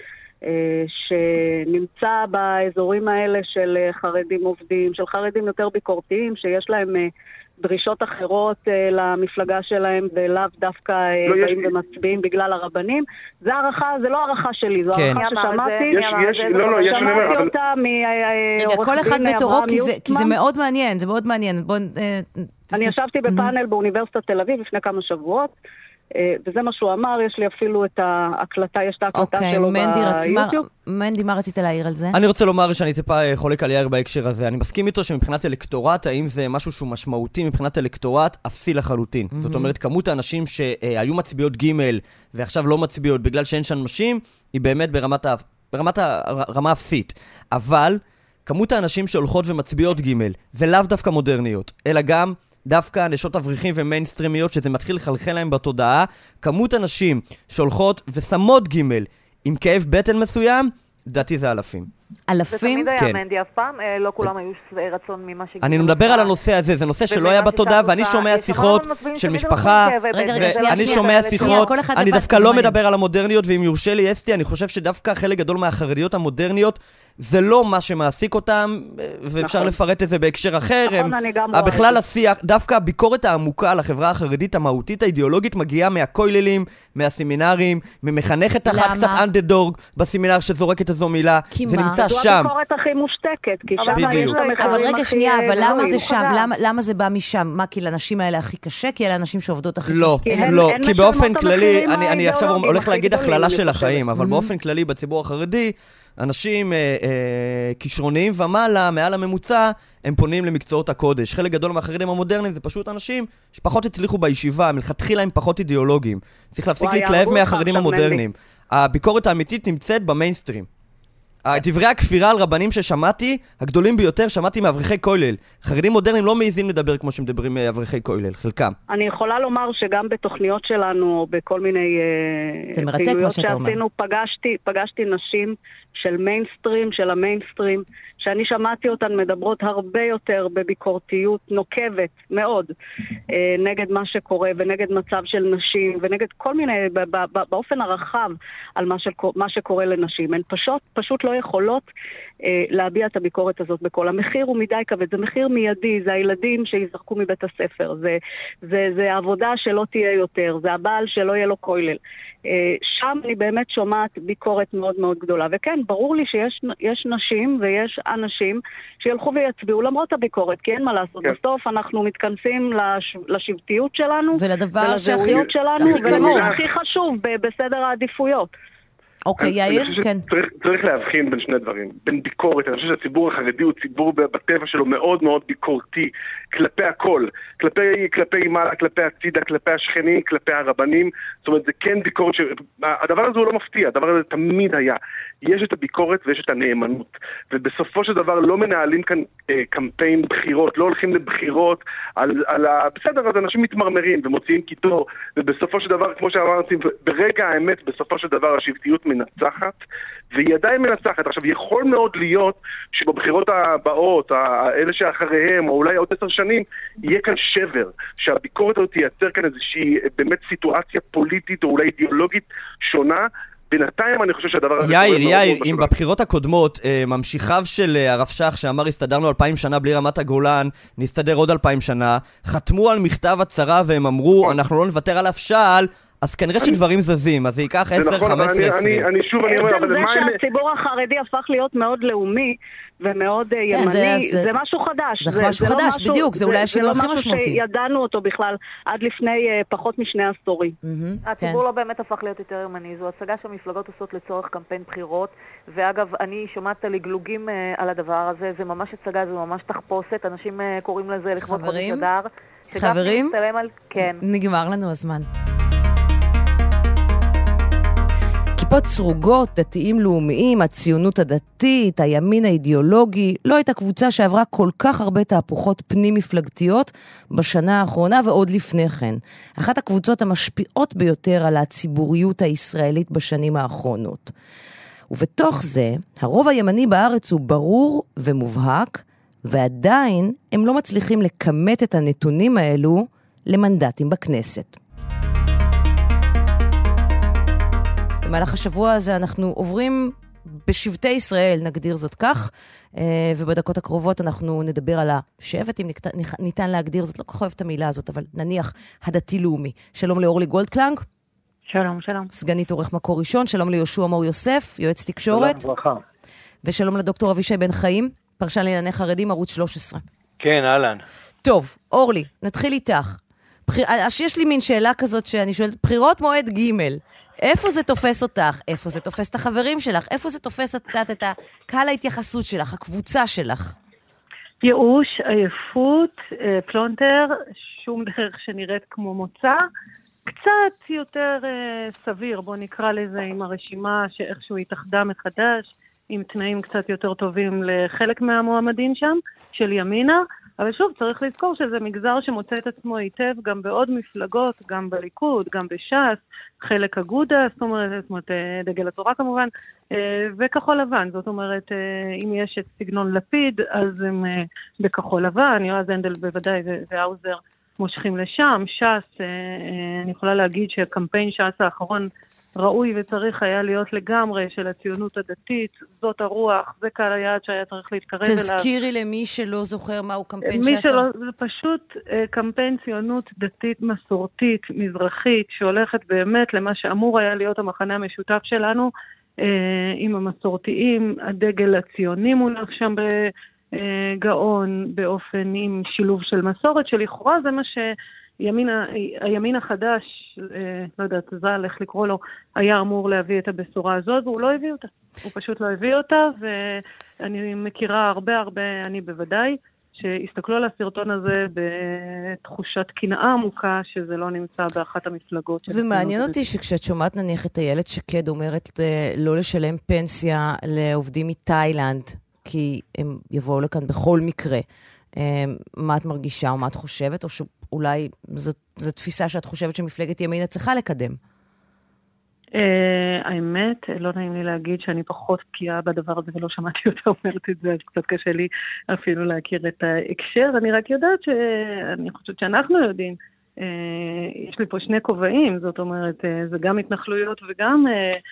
שנמצא באזורים האלה של חרדים עובדים, של חרדים יותר ביקורתיים, שיש להם דרישות אחרות למפלגה שלהם, ולאו דווקא לא באים יש... ומצביעים בגלל הרבנים. זה הערכה, זה לא הערכה שלי, זו כן. הערכה ששמעתי. יש, יש, לא, לא, יש שמעתי אותה מעורך כל אחד דין בתורו, אברהם כי זה, יוצמן. כי זה מאוד מעניין, זה מאוד מעניין. בוא, אני ישבתי בפאנל באוניברסיטת תל אביב לפני כמה שבועות, וזה מה שהוא אמר, יש לי אפילו את ההקלטה, יש את ההקלטה שלו ביוטיוב. מנדי, מה רצית להעיר על זה? אני רוצה לומר שאני טיפה חולק על יאיר בהקשר הזה. אני מסכים איתו שמבחינת אלקטורט, האם זה משהו שהוא משמעותי מבחינת אלקטורט, אפסי לחלוטין. זאת אומרת, כמות האנשים שהיו מצביעות ג' ועכשיו לא מצביעות בגלל שאין שם נשים, היא באמת ברמת הרמה אפסית. אבל כמות האנשים שהולכות ומצביעות ג' ולאו דווקא מודרניות, אלא גם דווקא נשות אבריחים ומיינסטרימיות, שזה מתחיל לחלחל להם בתודעה, כמות אנשים שהולכות ושמות ג' עם כאב בטן מסוים, דעתי זה אלפים. אלפים? זה תמיד היה כן. מנדי אף פעם, לא כולם היו שבעי רצון ממה שגידו. אני מדבר על הנושא הזה, זה נושא שלא היה בתודעה, ואני שומע שיחות של משפחה, ואני שומע שיחות, אני דווקא לא מדבר על המודרניות, ואם יורשה לי אסתי, אני חושב שדווקא חלק גדול מהחרדיות המודרניות, זה לא מה שמעסיק אותם, ואפשר לפרט את זה בהקשר אחר. בכלל השיח, דווקא הביקורת העמוקה על החברה החרדית המהותית האידיאולוגית מגיעה מהכוללים, מהסמינרים, ממחנכת אחת קצת אנדרדוג בסמינר שזורקת איזו מילה. זה נמצא שם. זו הביקורת הכי מושתקת, כי שם יש את המחקרים הכי... אבל רגע שנייה, אבל למה זה שם? למה זה בא משם? מה, כי לאנשים האלה הכי קשה? כי אלה אנשים שעובדות הכי קשה? לא, לא, כי באופן כללי, אני עכשיו הולך להגיד הכללה של החיים, אבל באופן כללי בציבור החרדי, אנשים אה, אה, כישרוניים ומעלה, מעל הממוצע, הם פונים למקצועות הקודש. חלק גדול מהחרדים המודרניים זה פשוט אנשים שפחות הצליחו בישיבה, מלכתחילה הם פחות אידיאולוגיים. צריך להפסיק להתלהב מהחרדים המודרניים. הביקורת האמיתית נמצאת במיינסטרים. דברי הכפירה על רבנים ששמעתי, הגדולים ביותר, שמעתי מאברכי כולל. חרדים מודרניים לא מעיזים לדבר כמו שמדברים מאברכי כולל, חלקם. אני יכולה לומר שגם בתוכניות שלנו, או בכל מיני פעילויות שעשינו, פגשתי, פגשתי נשים של מיינסטרים, של המיינסטרים, שאני שמעתי אותן מדברות הרבה יותר בביקורתיות נוקבת מאוד נגד מה שקורה ונגד מצב של נשים ונגד כל מיני, באופן הרחב על מה שקורה לנשים. הן פשוט, פשוט לא יכולות להביע את הביקורת הזאת בכל. המחיר הוא מדי כבד, זה מחיר מיידי, זה הילדים שיזרקו מבית הספר, זה, זה, זה העבודה שלא תהיה יותר, זה הבעל שלא יהיה לו כולל. שם אני באמת שומעת ביקורת מאוד מאוד גדולה. וכן, ברור לי שיש יש נשים ויש אנשים שילכו ויצביעו למרות הביקורת, כי אין מה לעשות. כן. בסוף אנחנו מתכנסים לש, לשבטיות שלנו, ולדבר ולזהויות שלנו, ולמה הכי חשוב בסדר העדיפויות. אוקיי, יאיר, כן. צריך, צריך להבחין בין שני דברים. בין ביקורת, אני חושב שהציבור החרדי הוא ציבור בטבע שלו מאוד מאוד ביקורתי, כלפי הכל. כלפי, כלפי מעלה, כלפי הצידה, כלפי השכנים, כלפי הרבנים. זאת אומרת, זה כן ביקורת ש... הדבר הזה הוא לא מפתיע, הדבר הזה תמיד היה. יש את הביקורת ויש את הנאמנות. ובסופו של דבר לא מנהלים כאן אה, קמפיין בחירות, לא הולכים לבחירות על, על ה... בסדר, אז אנשים מתמרמרים ומוציאים קיטור, ובסופו של דבר, כמו שאמרתי, ברגע האמת, בסופו של דבר השבטיות מנצחת, והיא עדיין מנצחת. עכשיו, יכול מאוד להיות שבבחירות הבאות, האלה שאחריהם, או אולי עוד עשר שנים, יהיה כאן שבר, שהביקורת הזאת תייצר כאן איזושהי באמת סיטואציה פוליטית או אולי אידיאולוגית שונה. בינתיים אני חושב שהדבר הזה... יאיר, יאיר, אם בבחירות הקודמות, ממשיכיו של הרב שך שאמר הסתדרנו אלפיים שנה בלי רמת הגולן, נסתדר עוד אלפיים שנה, חתמו על מכתב הצהרה והם אמרו, אנחנו לא נוותר על אף שעל, אז כנראה שדברים זזים, אז זה ייקח עשר, חמש עשרה, עשרים. אני שוב, אני אומר, אבל זה שהציבור החרדי הפך להיות מאוד לאומי ומאוד ימני, זה משהו חדש. זה משהו חדש, בדיוק, זה אולי השינוי הכי משמעותי. זה לא משהו שידענו אותו בכלל עד לפני פחות משני עשורים. הציבור לא באמת הפך להיות יותר ימני, זו הצגה שהמפלגות עושות לצורך קמפיין בחירות, ואגב, אני שומעת לגלוגים על הדבר הזה, זה ממש הצגה, זה ממש תחפושת, אנשים קוראים לזה לכבוד חודש אדר. חברים, נגמר לנו הזמן. כיפות סרוגות, דתיים לאומיים, הציונות הדתית, הימין האידיאולוגי, לא הייתה קבוצה שעברה כל כך הרבה תהפוכות פנים מפלגתיות בשנה האחרונה ועוד לפני כן. אחת הקבוצות המשפיעות ביותר על הציבוריות הישראלית בשנים האחרונות. ובתוך זה, הרוב הימני בארץ הוא ברור ומובהק, ועדיין הם לא מצליחים לקמת את הנתונים האלו למנדטים בכנסת. במהלך השבוע הזה אנחנו עוברים בשבטי ישראל, נגדיר זאת כך, ובדקות הקרובות אנחנו נדבר על השבט, אם ניתן להגדיר זאת, לא כל כך אוהב את המילה הזאת, אבל נניח הדתי-לאומי. שלום לאורלי גולדקלנג. שלום, שלום. סגנית עורך מקור ראשון, שלום ליהושע מור יוסף, יועץ תקשורת. שלום, ברכה. ושלום לדוקטור אבישי בן חיים, פרשן לענייני חרדים, ערוץ שלוש עשרה. כן, אהלן. טוב, אורלי, נתחיל איתך. יש לי מין שאלה כזאת שאני שואלת, בחירות מועד ג' איפה זה תופס אותך? איפה זה תופס את החברים שלך? איפה זה תופס את, את הקהל ההתייחסות שלך, הקבוצה שלך? ייאוש, עייפות, פלונטר, שום דרך שנראית כמו מוצא, קצת יותר סביר, בוא נקרא לזה, עם הרשימה שאיכשהו התאחדה מחדש, עם תנאים קצת יותר טובים לחלק מהמועמדים שם, של ימינה, אבל שוב, צריך לזכור שזה מגזר שמוצא את עצמו היטב גם בעוד מפלגות, גם בליכוד, גם בש"ס, חלק אגודה, זאת אומרת, זאת אומרת, דגל התורה כמובן, וכחול לבן, זאת אומרת, אם יש את סגנון לפיד, אז הם בכחול לבן, יועז הנדל בוודאי והאוזר מושכים לשם, ש"ס, אני יכולה להגיד שהקמפיין ש"ס האחרון ראוי וצריך היה להיות לגמרי של הציונות הדתית, זאת הרוח, זה קהל היעד שהיה צריך להתקרב אליו. תזכירי למי שלא זוכר מהו קמפיין מי שלא, זה פשוט קמפיין ציונות דתית מסורתית, מזרחית, שהולכת באמת למה שאמור היה להיות המחנה המשותף שלנו, עם המסורתיים, הדגל הציוני מונח שם בגאון, באופן עם שילוב של מסורת, שלכאורה זה מה ש... ימין, הימין החדש, לא יודעת, זה הלך לקרוא לו, היה אמור להביא את הבשורה הזאת, והוא לא הביא אותה. הוא פשוט לא הביא אותה, ואני מכירה הרבה הרבה, אני בוודאי, שהסתכלו על הסרטון הזה בתחושת קנאה עמוקה שזה לא נמצא באחת המפלגות. ומעניין אותי שכשאת שומעת נניח את איילת שקד אומרת לא לשלם פנסיה לעובדים מתאילנד, כי הם יבואו לכאן בכל מקרה, מה את מרגישה או מה את חושבת, או שאולי זו תפיסה שאת חושבת שמפלגת ימינה צריכה לקדם? האמת, לא נעים לי להגיד שאני פחות בקיאה בדבר הזה ולא שמעתי אותה אומרת את זה, אז קצת קשה לי אפילו להכיר את ההקשר. אני רק יודעת שאני חושבת שאנחנו יודעים, יש לי פה שני כובעים, זאת אומרת, זה גם התנחלויות וגם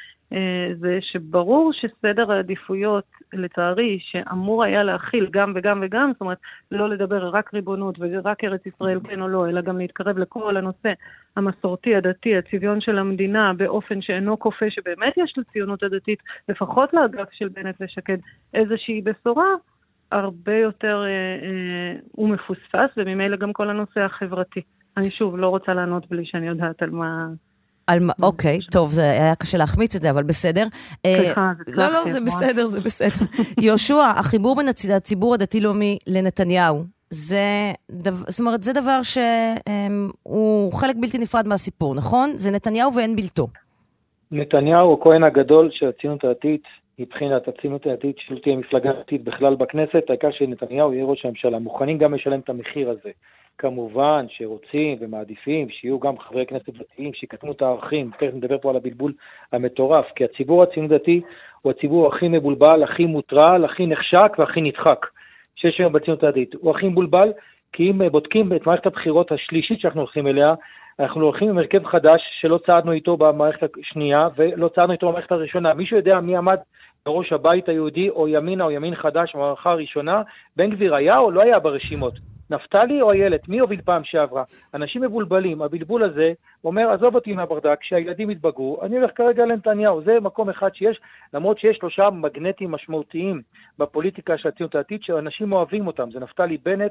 זה שברור שסדר העדיפויות, לצערי, שאמור היה להכיל גם וגם וגם, זאת אומרת, לא לדבר רק ריבונות ורק ארץ ישראל כן או לא, אלא גם להתקרב לכל הנושא המסורתי, הדתי, הצביון של המדינה, באופן שאינו כופה, שבאמת יש לציונות הדתית, לפחות לאגף של בנט ושקד, איזושהי בשורה, הרבה יותר אה, אה, הוא מפוספס, וממילא גם כל הנושא החברתי. אני שוב לא רוצה לענות בלי שאני יודעת על מה... על מה, אוקיי, טוב, זה היה קשה להחמיץ את זה, אבל בסדר. סליחה, זה לא, לא, זה בסדר, זה בסדר. יהושע, החיבור בין הציבור הדתי-לאומי לנתניהו, זה, זאת אומרת, זה דבר שהוא חלק בלתי נפרד מהסיפור, נכון? זה נתניהו ואין בלתו. נתניהו הוא כהן הגדול של הציונות הדתית, מבחינת הציונות הדתית שלא תהיה מפלגה דתית בכלל בכנסת, העיקר שנתניהו יהיה ראש הממשלה, מוכנים גם לשלם את המחיר הזה. כמובן שרוצים ומעדיפים שיהיו גם חברי כנסת דתיים שיקדמו את הערכים, כעת נדבר פה על הבלבול המטורף, כי הציבור הציונות דתי הוא הציבור הכי מבולבל, הכי מוטרל, הכי נחשק והכי נדחק שיש היום בציונות הדתית. הוא הכי מבולבל כי אם בודקים את מערכת הבחירות השלישית שאנחנו הולכים אליה, אנחנו הולכים עם הרכב חדש שלא צעדנו איתו במערכת השנייה ולא צעדנו איתו במערכת הראשונה. מישהו יודע מי עמד בראש הבית היהודי או ימינה או ימין חדש במערכה הראשונה? בן גביר היה או לא היה ברשימות? נפתלי או איילת, מי הוביל פעם שעברה? אנשים מבולבלים, הבלבול הזה אומר, עזוב אותי מהברדק, כשהילדים יתבגרו, אני הולך כרגע לנתניהו, זה מקום אחד שיש, למרות שיש שלושה מגנטים משמעותיים בפוליטיקה של הציונות הדתית, שאנשים אוהבים אותם, זה נפתלי בנט,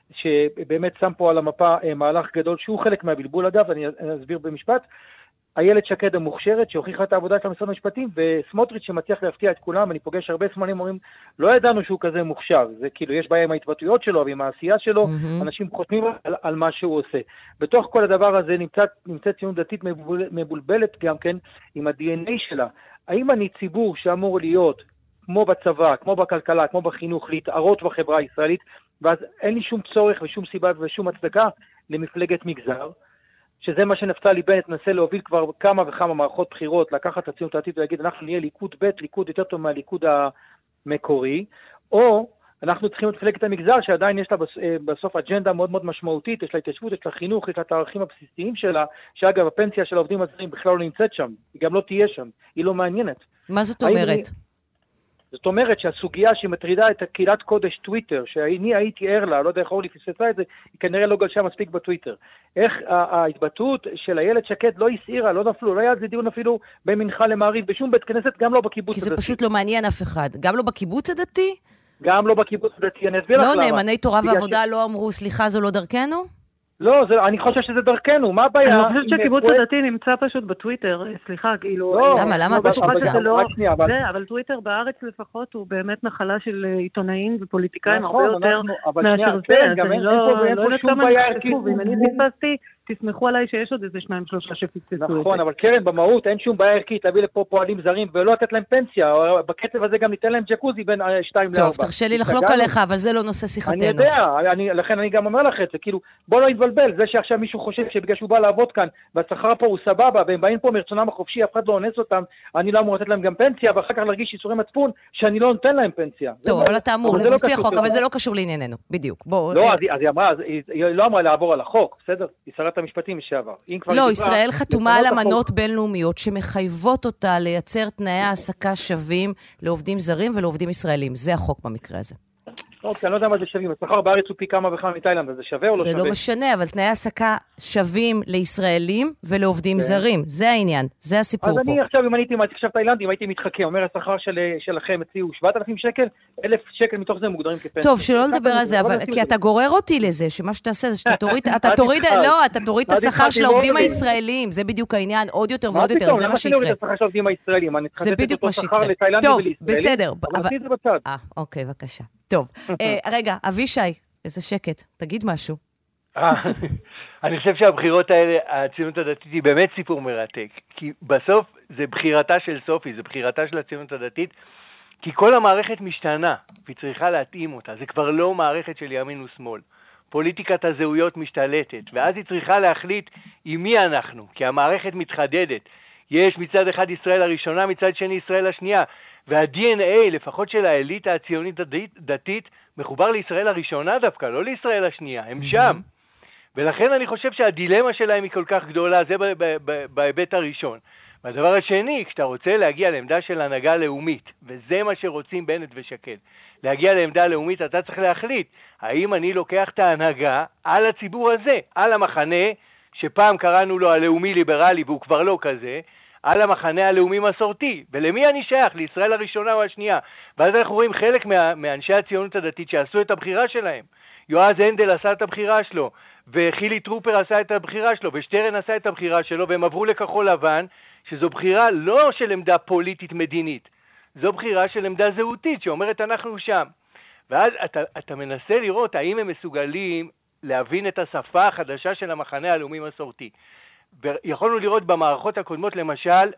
שבאמת שם פה על המפה מהלך גדול, שהוא חלק מהבלבול אגב, אני אסביר במשפט, איילת שקד המוכשרת שהוכיחה את העבודה של המשרד המשפטים, וסמוטריץ' שמצליח להפתיע את כולם, אני פוגש הרבה שמאלנים אומרים, לא ידענו שהוא כזה מוכשר, זה כאילו יש בעיה עם ההתבטאויות שלו ועם העשייה שלו, mm-hmm. אנשים חותמים על, על מה שהוא עושה. בתוך כל הדבר הזה נמצאת, נמצאת ציונות דתית מבול, מבולבלת גם כן עם ה-די אן איי שלה. האם אני ציבור שאמור להיות כמו בצבא, כמו בכלכלה, כמו בחינוך, להתערות בחברה הישראלית, ואז אין לי שום צורך ושום סיבה ושום הצדקה למפלגת מגזר, שזה מה שנפתלי בנט נסה להוביל כבר כמה וכמה מערכות בחירות, לקחת את הציונות הדתית ולהגיד, אנחנו נהיה ליכוד ב', ליכוד יותר טוב מהליכוד המקורי, או אנחנו צריכים לפלג את המגזר, שעדיין יש לה בסוף אג'נדה מאוד מאוד משמעותית, יש לה התיישבות, יש לה חינוך, יש לה את הערכים הבסיסיים שלה, שאגב, הפנסיה של העובדים הזרים בכלל לא נמצאת שם, היא גם לא תהיה שם, היא לא מעניינת. מה זאת אומרת? זאת אומרת שהסוגיה שמטרידה את הקהילת קודש טוויטר, שאני הייתי ער לה, לא יודע איך אורלי פספסה את זה, היא כנראה לא גלשה מספיק בטוויטר. איך ההתבטאות של איילת שקד לא הסעירה, לא נפלו, לא היה על זה דיון אפילו בין מנחה למעריב, בשום בית כנסת, גם לא בקיבוץ הדתי. כי זה פשוט לא מעניין אף אחד. גם לא בקיבוץ הדתי? גם לא בקיבוץ הדתי, אני אסביר לך למה. לא, נאמני תורה ועבודה לא אמרו, סליחה, זו לא דרכנו? לא, זה, אני חושב שזה דרכנו, מה הבעיה? אני חושבת שהקיבוץ הדתי נמצא פשוט בטוויטר, סליחה, כאילו... למה, למה את משפצה? אבל טוויטר בארץ לפחות הוא באמת נחלה של עיתונאים ופוליטיקאים הרבה יותר מאשר זה, אז אני לא יודעת כמה נחשפו, ואם אני פספסתי, תסמכו עליי שיש עוד איזה שניים שלושה שפצצו. נכון, אבל קרן, במהות אין שום בעיה ערכית להביא לפה פועלים זרים ולא לתת להם פנסיה, בקצב הזה גם ניתן להם ג'קוזי בין שתיים לארבע. טוב, תרשה לי לחלוק עליך, אבל זה לא נושא שיחתנו. אני יודע, לכן אני גם אומר לך את זה, כאילו, בוא לא יתבלבל, זה שעכשיו מישהו חושב שבגלל שהוא בא לעבוד כאן, והשכר פה הוא סבבה, והם באים פה מרצונם החופשי, אף אחד לא אונס אותם, אני לא אמור לתת להם גם פנסיה, ואחר כך להרגיש איסורי מצפון שאני לא נותן להם פנסיה. טוב, אבל אתה אמור, לפי החוק, אבל זה לא קשור לענייננו, בדיוק. לא, אז היא אמרה, היא לא אמרה לעבור על החוק, בסדר? היא שרת המשפטים לשעבר. לא, ישראל חתומה על אמנות בינלאומיות שמחייבות אותה לייצר תנאי העסקה שווים לעובדים זרים ולעובדים ישראלים. זה החוק במקרה הזה. אוקיי, אני לא יודע מה זה שווים. השכר בארץ הוא פי כמה וכמה מתאילנד, אז זה שווה או לא שווה? זה לא משנה, אבל תנאי העסקה שווים לישראלים ולעובדים זרים. זה העניין, זה הסיפור פה. אז אני עכשיו, אם אני הייתי עכשיו תאילנדים, הייתי מתחכה. אומר, השכר שלכם הציעו שבעת אלפים שקל, אלף שקל מתוך זה מוגדרים כפנסיה. טוב, שלא לדבר על זה, אבל כי אתה גורר אותי לזה, שמה שתעשה זה שאתה תוריד, אתה תוריד, לא, אתה תוריד את השכר של העובדים הישראלים. זה בדיוק העניין, עוד יותר ועוד יותר, זה מה שיקרה. זה בדיוק מה שיקרה. טוב, בסדר. טוב, רגע, אבישי, איזה שקט. תגיד משהו. אני חושב שהבחירות האלה, הציונות הדתית היא באמת סיפור מרתק. כי בסוף זה בחירתה של סופי, זה בחירתה של הציונות הדתית, כי כל המערכת משתנה, והיא צריכה להתאים אותה. זה כבר לא מערכת של ימין ושמאל. פוליטיקת הזהויות משתלטת, ואז היא צריכה להחליט עם מי אנחנו, כי המערכת מתחדדת. יש מצד אחד ישראל הראשונה, מצד שני ישראל השנייה, וה-די אן איי, לפחות של האליטה הציונית דתית, מחובר לישראל הראשונה דווקא, לא לישראל השנייה, הם שם. ולכן אני חושב שהדילמה שלהם היא כל כך גדולה, זה בהיבט הראשון. והדבר השני, כשאתה רוצה להגיע לעמדה של הנהגה לאומית, וזה מה שרוצים בנט ושקד, להגיע לעמדה לאומית, אתה צריך להחליט, האם אני לוקח את ההנהגה על הציבור הזה, על המחנה, שפעם קראנו לו הלאומי ליברלי, והוא כבר לא כזה, על המחנה הלאומי מסורתי. ולמי אני שייך? לישראל הראשונה או השנייה? ואז אנחנו רואים חלק מה, מאנשי הציונות הדתית שעשו את הבחירה שלהם. יועז הנדל עשה את הבחירה שלו, וחילי טרופר עשה את הבחירה שלו, ושטרן עשה את הבחירה שלו, והם עברו לכחול לבן, שזו בחירה לא של עמדה פוליטית מדינית, זו בחירה של עמדה זהותית, שאומרת אנחנו שם. ואז אתה, אתה מנסה לראות האם הם מסוגלים להבין את השפה החדשה של המחנה הלאומי מסורתי. ויכולנו לראות במערכות הקודמות, למשל,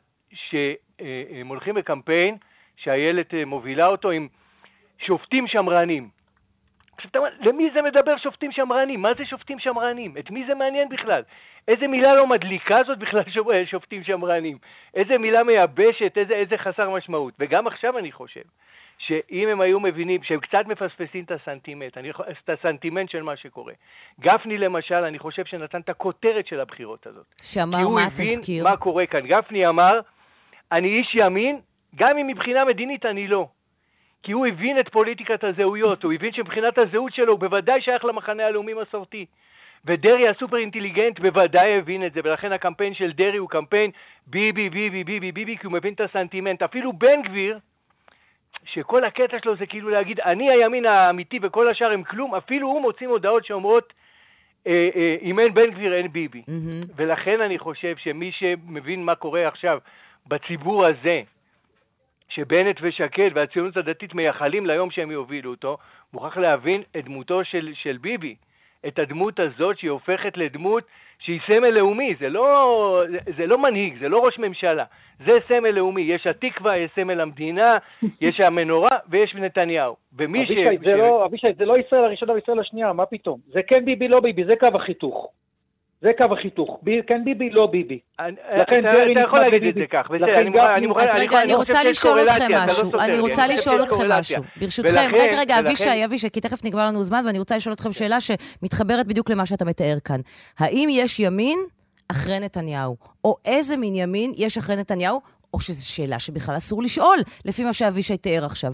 שהם הולכים בקמפיין, שהילד מובילה אותו עם שופטים שמרנים. עכשיו, למי זה מדבר שופטים שמרנים? מה זה שופטים שמרנים? את מי זה מעניין בכלל? איזה מילה לא מדליקה זאת בכלל שופטים שמרנים? איזה מילה מייבשת? איזה, איזה חסר משמעות? וגם עכשיו אני חושב שאם הם היו מבינים שהם קצת מפספסים את הסנטימנט, אני, את הסנטימנט של מה שקורה. גפני למשל, אני חושב שנתן את הכותרת של הבחירות הזאת. שאמר מה תזכיר? כי הוא הבין מה קורה כאן. גפני אמר, אני איש ימין, גם אם מבחינה מדינית אני לא. כי הוא הבין את פוליטיקת הזהויות, הוא הבין שמבחינת הזהות שלו הוא בוודאי שייך למחנה הלאומי מסורתי. ודרי הסופר אינטליגנט בוודאי הבין את זה, ולכן הקמפיין של דרי הוא קמפיין ביבי, ביבי, ביבי, ביבי, כי הוא מבין את הסנטימנט. אפילו בן גביר, שכל הקטע שלו זה כאילו להגיד, אני הימין האמיתי וכל השאר הם כלום, אפילו הוא מוצאים הודעות שאומרות, אה, אה, אם אין בן גביר אין ביבי. Mm-hmm. ולכן אני חושב שמי שמבין מה קורה עכשיו בציבור הזה, שבנט ושקד והציונות הדתית מייחלים ליום שהם יובילו אותו, מוכרח להבין את דמותו של, של ביבי. את הדמות הזאת שהיא הופכת לדמות שהיא סמל לאומי. זה לא, זה, זה לא מנהיג, זה לא ראש ממשלה. זה סמל לאומי. יש התקווה, יש סמל המדינה, יש המנורה ויש נתניהו. ומי ש... אבישי, זה לא, אבישי, זה לא ישראל הראשונה וישראל השנייה, מה פתאום? זה כן ביבי, לא ביבי, זה קו החיתוך. זה קו החיתוך. כן ביבי, לא ביבי. אתה יכול להגיד את זה כך. אז רגע, אני רוצה לשאול אתכם משהו. אני רוצה לשאול אתכם משהו. ברשותכם, רגע, רגע, אבישי, אבישי, כי תכף נגמר לנו זמן, ואני רוצה לשאול אתכם שאלה שמתחברת בדיוק למה שאתה מתאר כאן. האם יש ימין אחרי נתניהו? או איזה מין ימין יש אחרי נתניהו? או שזו שאלה שבכלל אסור לשאול, לפי מה שאבישי תיאר עכשיו.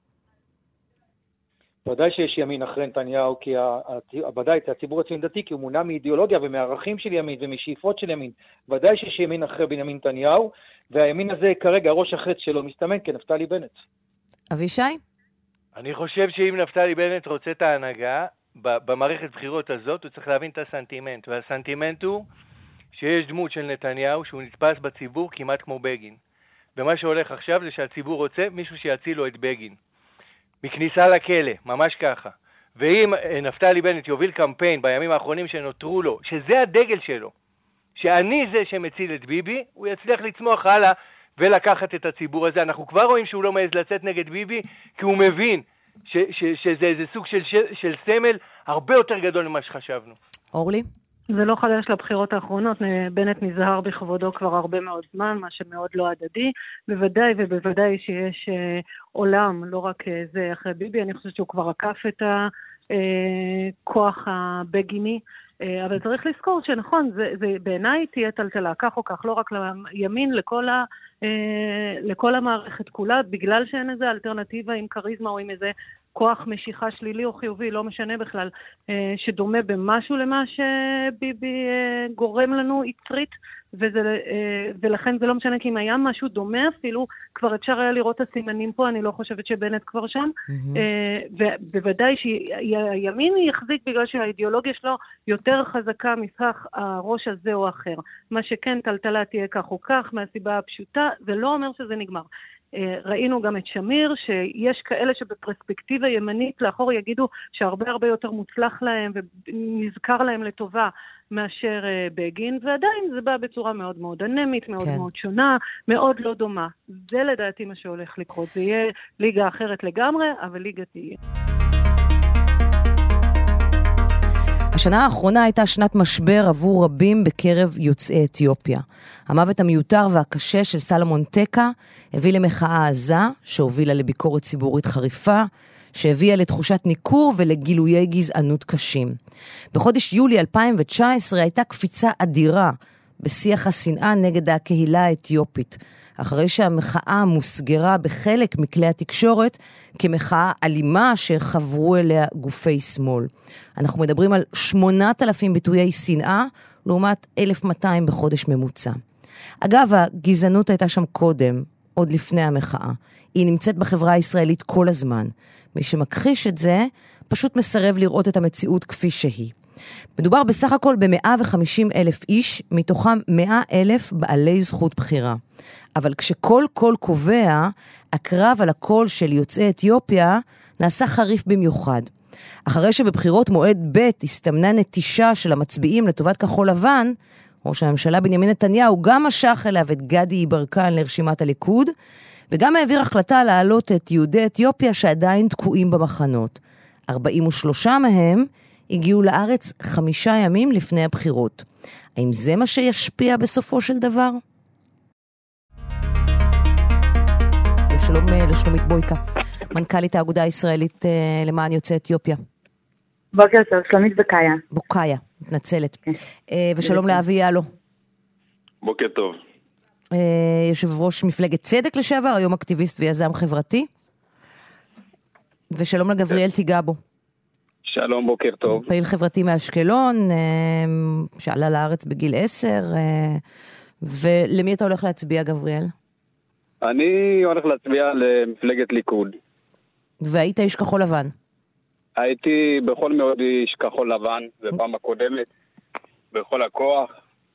ודאי שיש ימין אחרי נתניהו, כי ודאי זה הציבור הציוני דתי, כי הוא מונע מאידיאולוגיה ומערכים של ימין ומשאיפות של ימין. ודאי שיש ימין אחרי בנימין נתניהו, והימין הזה כרגע, ראש החץ שלו מסתמן כנפתלי בנט. אבישי? אני חושב שאם נפתלי בנט רוצה את ההנהגה, במערכת בחירות הזאת הוא צריך להבין את הסנטימנט, והסנטימנט הוא שיש דמות של נתניהו שהוא נתפס בציבור כמעט כמו בגין. ומה שהולך עכשיו זה שהציבור רוצה מישהו שיציל לו את בגין. מכניסה לכלא, ממש ככה. ואם נפתלי בנט יוביל קמפיין בימים האחרונים שנותרו לו, שזה הדגל שלו, שאני זה שמציל את ביבי, הוא יצליח לצמוח הלאה ולקחת את הציבור הזה. אנחנו כבר רואים שהוא לא מעז לצאת נגד ביבי, כי הוא מבין ש- ש- שזה איזה סוג של, של, של סמל הרבה יותר גדול ממה שחשבנו. אורלי? זה לא חדש לבחירות האחרונות, בנט נזהר בכבודו כבר הרבה מאוד זמן, מה שמאוד לא הדדי. בוודאי ובוודאי שיש אה, עולם, לא רק אה, זה אחרי ביבי, אני חושבת שהוא כבר עקף את הכוח הבגיני, אה, אבל צריך לזכור שנכון, זה, זה בעיניי תהיה טלטלה, כך או כך, לא רק לימין, לכל, ה, אה, לכל המערכת כולה, בגלל שאין איזה אלטרנטיבה עם קריזמה או עם איזה כוח משיכה שלילי או חיובי, לא משנה בכלל, שדומה במשהו למה שביבי גורם לנו יצרית, וזה, ולכן זה לא משנה, כי אם היה משהו דומה אפילו, כבר אפשר היה לראות את הסימנים פה, אני לא חושבת שבנט כבר שם, ובוודאי שהימין יחזיק בגלל שהאידיאולוגיה שלו יותר חזקה מסך הראש הזה או אחר. מה שכן, טלטלה תהיה כך או כך, מהסיבה הפשוטה, זה לא אומר שזה נגמר. ראינו גם את שמיר, שיש כאלה שבפרספקטיבה ימנית לאחור יגידו שהרבה הרבה יותר מוצלח להם ונזכר להם לטובה מאשר בגין, ועדיין זה בא בצורה מאוד מאוד אנמית, מאוד כן. מאוד שונה, מאוד לא דומה. זה לדעתי מה שהולך לקרות. זה יהיה ליגה אחרת לגמרי, אבל ליגה תהיה. השנה האחרונה הייתה שנת משבר עבור רבים בקרב יוצאי אתיופיה. המוות המיותר והקשה של סלומון טקה הביא למחאה עזה, שהובילה לביקורת ציבורית חריפה, שהביאה לתחושת ניכור ולגילויי גזענות קשים. בחודש יולי אלפיים תשע עשרה הייתה קפיצה אדירה בשיח השנאה נגד הקהילה האתיופית, אחרי שהמחאה מוסגרה בחלק מכלי התקשורת כמחאה אלימה שחברו אליה גופי שמאל. אנחנו מדברים על שמונת אלפים ביטויי שנאה, לעומת אלף ומאתיים בחודש ממוצע. אגב, הגזענות הייתה שם קודם, עוד לפני המחאה. היא נמצאת בחברה הישראלית כל הזמן. מי שמכחיש את זה, פשוט מסרב לראות את המציאות כפי שהיא. מדובר בסך הכל ב-מאה וחמישים אלף איש, מתוכם מאה אלף בעלי זכות בחירה. אבל כשכל קול קובע, הקרב על הקול של יוצאי אתיופיה נעשה חריף במיוחד. אחרי שבבחירות מועד ב' הסתמנה נטישה של המצביעים לטובת כחול לבן, ראש הממשלה בנימין נתניהו גם משך אליו את גדי יברקן לרשימת הליכוד, וגם העביר החלטה להעלות את יהודי אתיופיה שעדיין תקועים במחנות. ארבעים ושלושה מהם הגיעו לארץ חמישה ימים לפני הבחירות. האם זה מה שישפיע בסופו של דבר? שלום לשלומית בויקה, מנכ"לית האגודה הישראלית למען יוצאי אתיופיה. בוקר טוב, שלומית בוקאיה. בוקאיה, מתנצלת. ושלום לאבי יאלו. בוקר טוב. יושב ראש מפלגת צדק לשעבר, היום אקטיביסט ויזם חברתי. ושלום לגבריאל תיגבו. שלום, בוקר טוב. פעיל חברתי מאשקלון, שעלה לארץ בגיל עשר. ולמי אתה הולך להצביע, גבריאל? אני הולך להצביע למפלגת ליכוד. והיית איש כחול לבן? הייתי בכל מאוד איש כחול לבן, בפעם הקודמת, בכל הכוח.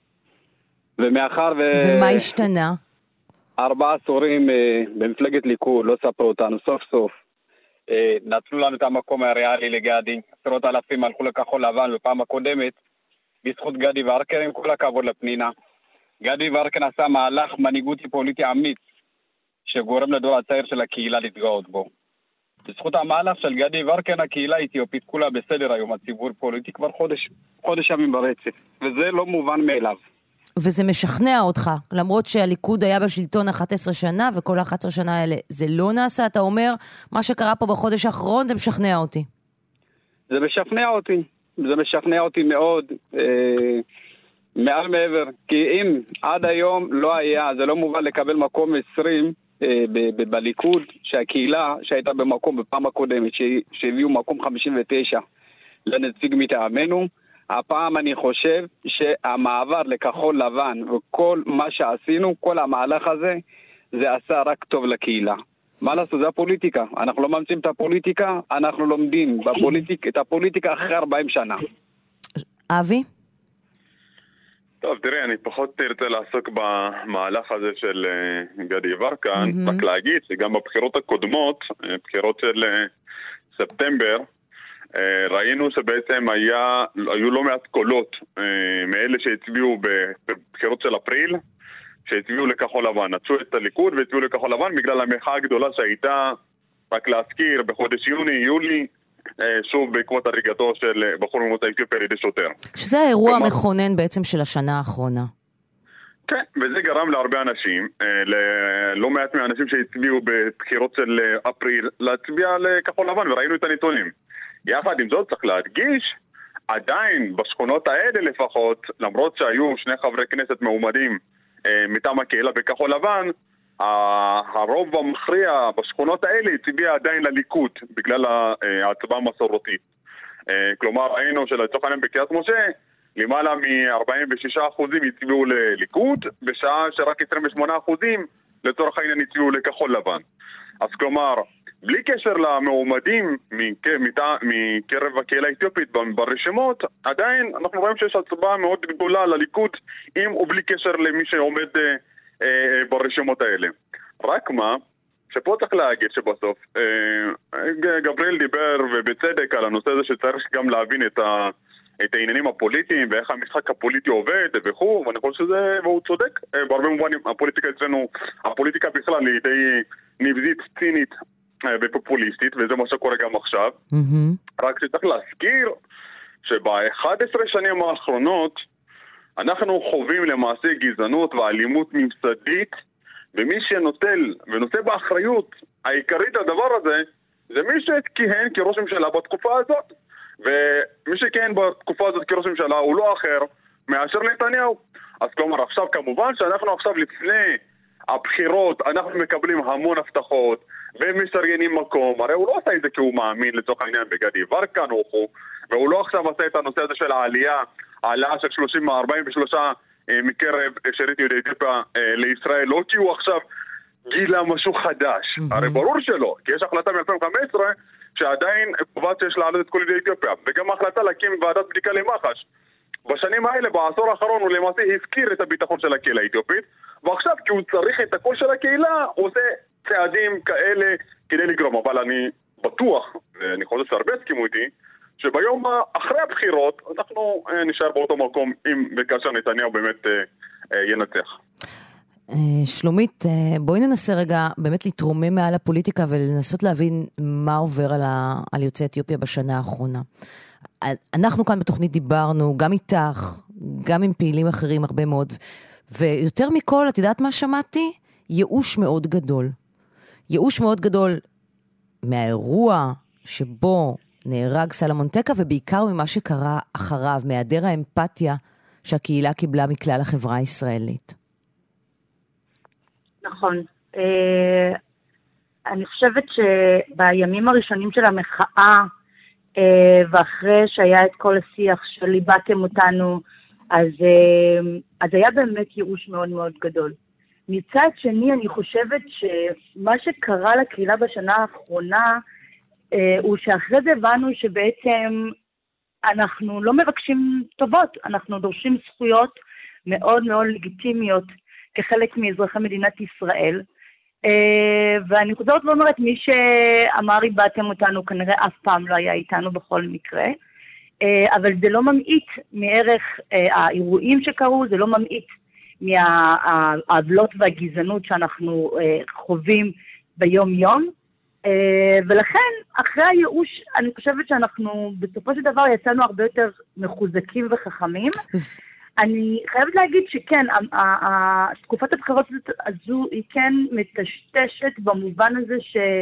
ומאחר ו... ומה השתנה? ארבעה עשורים אה, במפלגת ליכוד, לא ספרו אותנו, סוף סוף. אה, נתנו לנו את המקום הריאלי לגדי. עשרות אלפים הלכו לכחול לבן בפעם הקודמת, בזכות גדי ורקר, עם כל הכבוד לפנינה. גדי ורקר עשה מהלך מנהיגותי פוליטי אמיץ, שגורם לדור הצעיר של הקהילה להתגאות בו. בזכות המהלך של גדי ורקן, הקהילה האתיופית כולה בסדר היום, הציבור פוליטי כבר חודש, חודש ימים ברצף, וזה לא מובן מאליו. וזה משכנע אותך, למרות שהליכוד היה בשלטון אחת עשרה שנה, וכל אחת עשרה שנה האלה זה לא נעשה, אתה אומר, מה שקרה פה בחודש האחרון זה משכנע אותי. זה משכנע אותי, זה משכנע אותי מאוד, אה, מעל מעבר, כי אם עד היום לא היה, זה לא מובן לקבל מקום עשרים, בליכוד, שהקהילה שהייתה במקום בפעם הקודמת, שהביאו מקום חמישים ותשע לנציג מטעמנו, הפעם אני חושב שהמעבר לכחול לבן וכל מה שעשינו, כל המהלך הזה, זה עשה רק טוב לקהילה. מה לעשות? זה הפוליטיקה. אנחנו לא ממציאים את הפוליטיקה, אנחנו לומדים בפוליטיק, את הפוליטיקה אחרי ארבעים שנה. אבי? טוב, תראי, אני פחות רוצה לעסוק במהלך הזה של uh, גדי יברקן, mm-hmm. רק להגיד שגם בבחירות הקודמות, בחירות של uh, ספטמבר, uh, ראינו שבעצם היה, היו לא מעט קולות uh, מאלה שהצביעו בבחירות של אפריל, שהצביעו לכחול לבן, נטשו את הליכוד והצביעו לכחול לבן בגלל המחאה הגדולה שהייתה, רק להזכיר, בחודש יוני, יולי, שוב בעקבות הריגתו של בחור ממוצא אתיופיה על ידי שוטר. שזה האירוע המכונן בעצם של השנה האחרונה. כן, וזה גרם להרבה אנשים, לא מעט מהאנשים שהצביעו בבחירות של אפריל, להצביע לכחול לבן, וראינו את הנתונים. יחד עם זאת צריך להדגיש, עדיין בשכונות האלה לפחות, למרות שהיו שני חברי כנסת מעומדים מטעם הקהילה בכחול לבן, הרוב המכריע בשכונות האלה הצביע עדיין לליכוד בגלל ההצבעה המסורתית. כלומר, ראינו שלצורך העניין בקריית משה, למעלה מ-ארבעים ושישה אחוזים הצביעו לליכוד, בשעה שרק עשרים ושמונה אחוזים לצורך העניין הצביעו לכחול לבן. אז כלומר, בלי קשר למעומדים מקרב הקהילה האתיופית ברשימות, עדיין אנחנו רואים שיש הצבעה מאוד גדולה לליכוד, עם ובלי קשר למי שעומד ברשימות האלה. רק מה, שפה צריך להגיד שבסוף, גבריאל דיבר ובצדק על הנושא הזה שצריך גם להבין את ה... את העניינים הפוליטיים ואיך המשחק הפוליטי עובד וכו', ואני חושב שזה, והוא צודק, בהרבה מובנים הפוליטיקה אצלנו, הפוליטיקה בכלל היא די נבזית, צינית ופופוליסטית, וזה מה שקורה גם עכשיו. Mm-hmm. רק שצריך להזכיר שב-אחת עשרה שנים האחרונות אנחנו חווים למעשה גזענות ואלימות ממסדית, ומי שנוטל ונושא באחריות העיקרית לדבר הזה זה מי שכיהן כראש ממשלה בתקופה הזאת. ומי שכן בתקופה הזאת כראש ממשלה הוא לא אחר מאשר נתניהו. אז כלומר עכשיו כמובן שאנחנו עכשיו לפני הבחירות אנחנו מקבלים המון הבטחות ומשרגנים מקום, הרי הוא לא עשה את זה כי הוא מאמין לצורך העניין בגדי יברקן והוא לא עכשיו עשה את הנושא הזה של העלייה, העלייה של שלושים ארבעים ושלושה מקרב שארית יהודי אתיופיה לישראל, לא כי הוא עכשיו גילה משהו חדש, mm-hmm. הרי ברור שלא, כי יש החלטה מ-אלפיים וחמש עשרה שעדיין קובעת שיש להעלות את כל יהודי אתיופיה, וגם ההחלטה להקים ועדת בדיקה למח"ש. בשנים האלה, בעשור האחרון, הוא למעשה הזכיר את הביטחון של הקהילה האתיופית, ועכשיו, כי הוא צריך את הקול של הקהילה, הוא עושה צעדים כאלה כדי לגרום. אבל אני בטוח, ואני חושב שהרבה הסכימו איתי, שביום אחרי הבחירות, אנחנו נשאר באותו מקום, אם וכאשר נתניהו באמת ינצח. שלומית, בואי ננסה רגע באמת להתרומם מעל הפוליטיקה ולנסות להבין מה עובר על, ה... על יוצאי אתיופיה בשנה האחרונה. אנחנו כאן בתוכנית דיברנו גם איתך, גם עם פעילים אחרים הרבה מאוד, ויותר מכל, את יודעת מה שמעתי? ייאוש מאוד גדול. ייאוש מאוד גדול מהאירוע שבו נהרג סלומון טקה, ובעיקר ממה שקרה אחריו, מהיעדר האמפתיה שהקהילה קיבלה מכלל החברה הישראלית. נכון. אני חושבת שבימים הראשונים של המחאה, ואחרי שהיה את כל השיח שליבתם אותנו, אז, אז היה באמת ייאוש מאוד מאוד גדול. מצד שני, אני חושבת שמה שקרה לקהילה בשנה האחרונה, הוא שאחרי זה הבנו שבעצם אנחנו לא מבקשים טובות, אנחנו דורשים זכויות מאוד מאוד לגיטימיות, כחלק מאזרחי מדינת ישראל, ואני חוזרת ואומרת, מי שאמר איבדתם אותנו כנראה אף פעם לא היה איתנו בכל מקרה, אבל זה לא ממעיט מערך האירועים שקרו, זה לא ממעיט מהעוולות והגזענות שאנחנו חווים ביום יום, ולכן אחרי הייאוש אני חושבת שאנחנו בסופו של דבר יצאנו הרבה יותר מחוזקים וחכמים. אני חייבת להגיד שכן, תקופת הבחירות הזו היא כן מטשטשת במובן הזה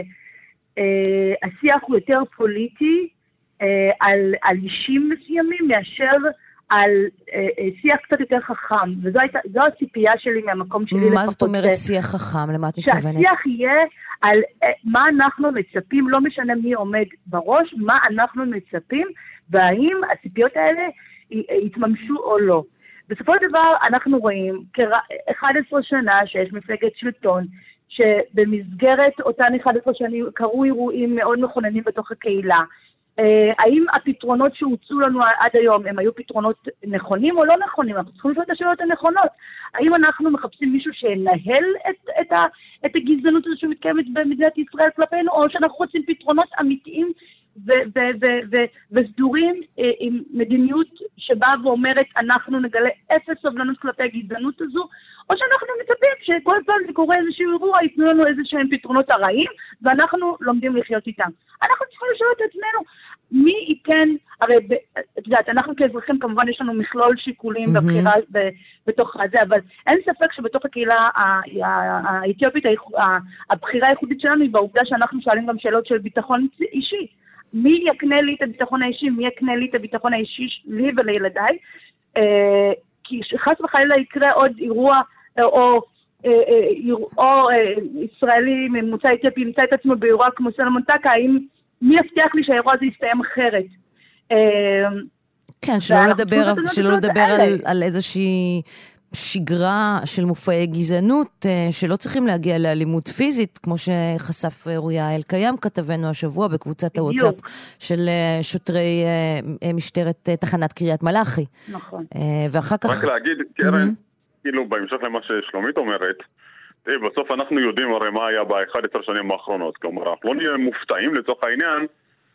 שהשיח הוא יותר פוליטי על, על אישים מסוימים מאשר על שיח קצת יותר חכם, וזו הייתה, זו הציפייה שלי מהמקום שלי. מה זאת אומרת שיח חכם? למה את מתכוונת? שהשיח יהיה על מה אנחנו מצפים, לא משנה מי עומד בראש, מה אנחנו מצפים, והאם הציפיות האלה יתממשו או לא. בסופו של דבר אנחנו רואים כ-אחת עשרה שנה שיש מפלגת שלטון, שבמסגרת אותן אחת עשרה שנים קרו אירועים מאוד מכוננים בתוך הקהילה. האם הפתרונות שהוצאו לנו עד היום הם היו פתרונות נכונים או לא נכונים? אנחנו צריכים לשאול את השאלות הנכונות. האם אנחנו מחפשים מישהו שינהל את, את, ה, את הגזענות הזו שמתקיימת במדינת ישראל כלפינו, או שאנחנו רוצים פתרונות אמיתיים ו- ו- ו- ו- וסדורים עם מדיניות שבאה ואומרת אנחנו נגלה אפס סובלנות כלפי הגזענות הזו, או שאנחנו מצפים שכל פעם זה קורה איזשהו אירוע, ייתנו לנו איזה שהם פתרונות הרעים, ואנחנו לומדים לחיות איתם. אנחנו צריכים לשאול את עצמנו, מי ייתן, הרי את יודעת, אנחנו כאזרחים כמובן יש לנו מכלול שיקולים mm-hmm. בבחירה ב- בתוך הזה, אבל אין ספק שבתוך הקהילה האתיופית, הבחירה הייחודית שלנו היא בעובדה שאנחנו שואלים גם שאלות של ביטחון אישי. מי יקנה לי את הביטחון האישי, מי יקנה לי את הביטחון האישי לי ולילדיי, אה, כי חס וחלילה יקרה עוד אירוע, או, או, או, או ישראלי ממוצא אתיופי ימצא את עצמו באירוע כמו סלומון טקה, האם מי יבטיח לי שהאירוע הזה יסתיים אחרת? אה, כן, שלא לדבר, שלא לדבר על, על איזושהי שגרה של מופעי גזענות, שלא צריכים להגיע לאלימות פיזית, כמו שחשף רועי אלקיים כתבנו השבוע בקבוצת הוואטסאפ של שוטרי משטרת תחנת קריית מלאכי. נכון. ואחר כך... רק להגיד, קרן, כאילו בהמשך למה ששלומית אומרת, תראי, בסוף אנחנו יודעים הרי מה היה ב-אחת עשרה שנים האחרונות. כלומר, אנחנו לא נהיה מופתעים לצורך העניין,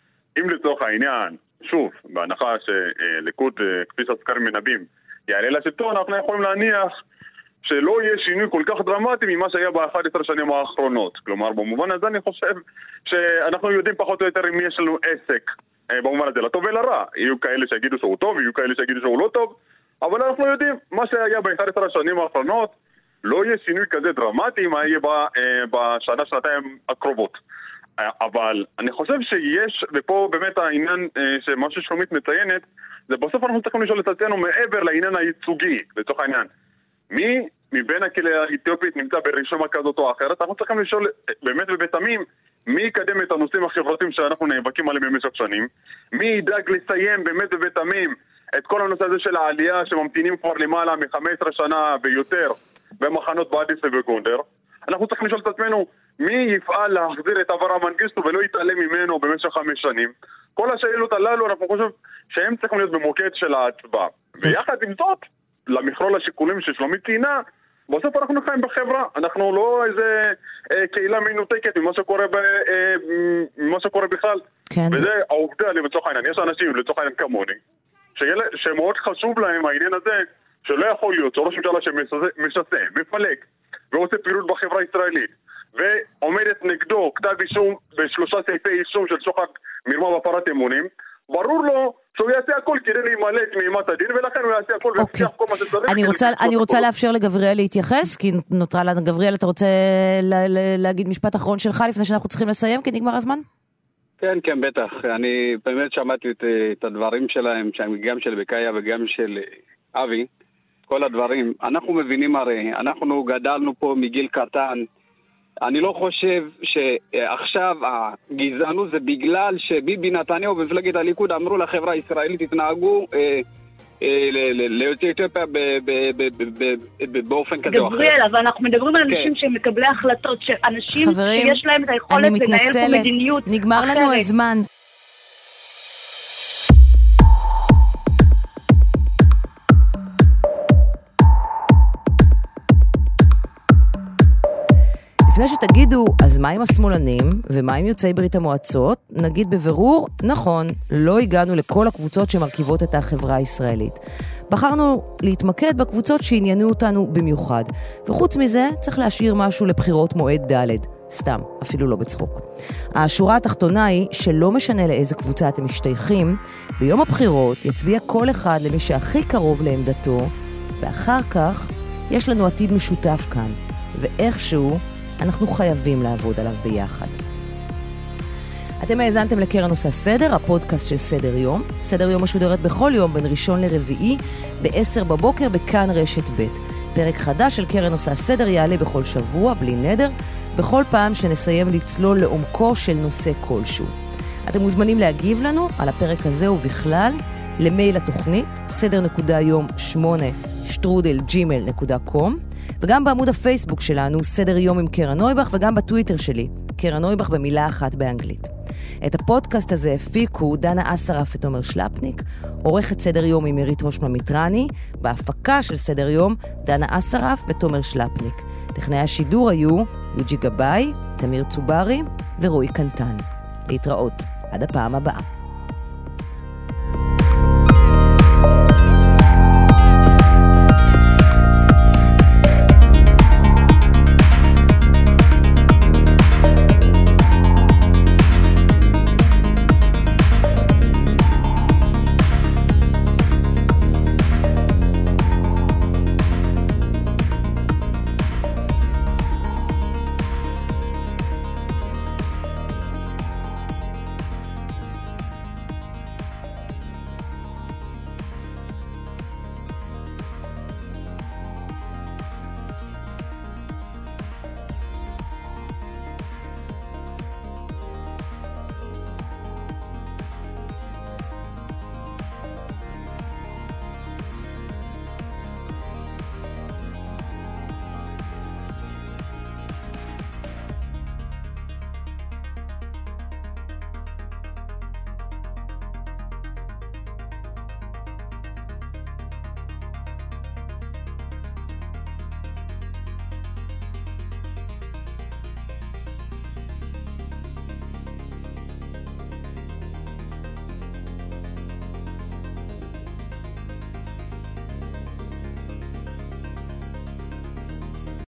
אם לצורך העניין, שוב, בהנחה שליכוד, כפי שהזכרים מנבאים, יעלה לשלטון, אנחנו יכולים להניח שלא יהיה שינוי כל כך דרמטי ממה שהיה ב-אחת עשרה שנים האחרונות. כלומר, במובן הזה אני חושב שאנחנו יודעים פחות או יותר אם יש לנו עסק, במובן הזה, לטוב ולרע. יהיו כאלה שיגידו שהוא טוב, יהיו כאלה שיגידו שהוא לא טוב, אבל אנחנו יודעים, מה שהיה ב-אחת עשרה שנים האחרונות, לא יהיה שינוי כזה דרמטי מה יהיה בשנה, שנתיים הקרובות. אבל אני חושב שיש, ופה באמת העניין שמה ששלומית מציינת, זה בסוף אנחנו צריכים לשאול את עצמנו מעבר לעניין הייצוגי, לצורך העניין. מי מבין הקהילה האתיופית נמצא ברשימה כזאת או אחרת? אנחנו צריכים לשאול באמת ובתמים, מי יקדם את הנושאים החברתיים שאנחנו נאבקים עליהם במשך שנים? מי ידאג לסיים באמת ובתמים את כל הנושא הזה של העלייה שממתינים כבר למעלה מ-חמש עשרה שנה ויותר במחנות באדיס ובגונדר? אנחנו צריכים לשאול את עצמנו, מי יפעל להחזיר את אברה מנגיסטו ולא יתעלם ממנו במשך חמש שנים? כל השאלות הללו, אנחנו חושבים שהם צריכים להיות במוקד של ההצבעה. ויחד עם זאת, למכלול השיקולים ששלומית ציינה, בסוף אנחנו חיים בחברה, אנחנו לא איזה אה, קהילה מנותקת ממה שקורה, ב, אה, ממה שקורה בכלל. כן. וזה העובדה, לצורך העניין, יש אנשים לצורך העניין כמוני, שילה, שמאוד חשוב להם העניין הזה, שלא יכול להיות שראש ממשלה שמשסה, מפלג, ועושה פעילות בחברה הישראלית, ועומדת נגדו כתב אישום בשלושה סעיפי אישום של שוחד מרמה והפרת אמונים, ברור לו שהוא יעשה הכל כדי להימלט מאימת הדין, ולכן הוא יעשה הכל והבטיח כל מה שצריך. אני רוצה, אני רוצה לאפשר לגבריאל להתייחס, כי נותרה לנו, גבריאל, אתה רוצה לה, לה, להגיד משפט אחרון שלך לפני שאנחנו צריכים לסיים, כי נגמר הזמן? כן, כן, בטח. אני באמת שמעתי את, את הדברים שלהם, גם של בקאיה וגם של אבי, כל הדברים. אנחנו מבינים הרי, אנחנו גדלנו פה מגיל קטן, אני לא חושב שעכשיו הגזענות זה בגלל שביבי נתניהו ומפלגת הליכוד אמרו לחברה הישראלית התנהגו ליוצאי אתיופיה באופן כזה או אחר. גבריאל, אבל אנחנו מדברים על אנשים שהם מקבלי החלטות, אנשים שיש להם את היכולת לנהל פה מדיניות אחרת. נגמר לנו הזמן. לפני שתגידו, אז מה עם השמאלנים ומה עם יוצאי ברית המועצות? נגיד בבירור, נכון, לא הגענו לכל הקבוצות שמרכיבות את החברה הישראלית. בחרנו להתמקד בקבוצות שעניינו אותנו במיוחד. וחוץ מזה, צריך להשאיר משהו לבחירות מועד ד', סתם, אפילו לא בצחוק. השורה התחתונה היא שלא משנה לאיזה קבוצה אתם משתייכים, ביום הבחירות יצביע כל אחד למי שהכי קרוב לעמדתו, ואחר כך יש לנו עתיד משותף כאן, ואיכשהו אנחנו חייבים לעבוד עליו ביחד. אתם האזנתם לקרן עושה סדר, הפודקאסט של סדר יום. סדר יום משודרת בכל יום בין ראשון לרביעי, ב-עשר בבוקר בכאן רשת ב'. פרק חדש של קרן עושה סדר יעלה בכל שבוע, בלי נדר, בכל פעם שנסיים לצלול לעומקו של נושא כלשהו. אתם מוזמנים להגיב לנו על הפרק הזה ובכלל, למייל התוכנית, סדר נקודה יום שמונה שטרודל ג'ימל נקודה קום, וגם בעמוד הפייסבוק שלנו, סדר יום עם קרן נויבך, וגם בטוויטר שלי, קרן נויבך במילה אחת באנגלית. את הפודקאסט הזה הפיקו דנה אסרף ותומר שלפניק, עורכת סדר יום עם עירית הושמה מיטרני, בהפקה של סדר יום דנה אסרף ותומר שלפניק. טכנאי השידור היו יוג'י גבאי, תמיר צוברי ורועי קנטן. להתראות, עד הפעם הבאה.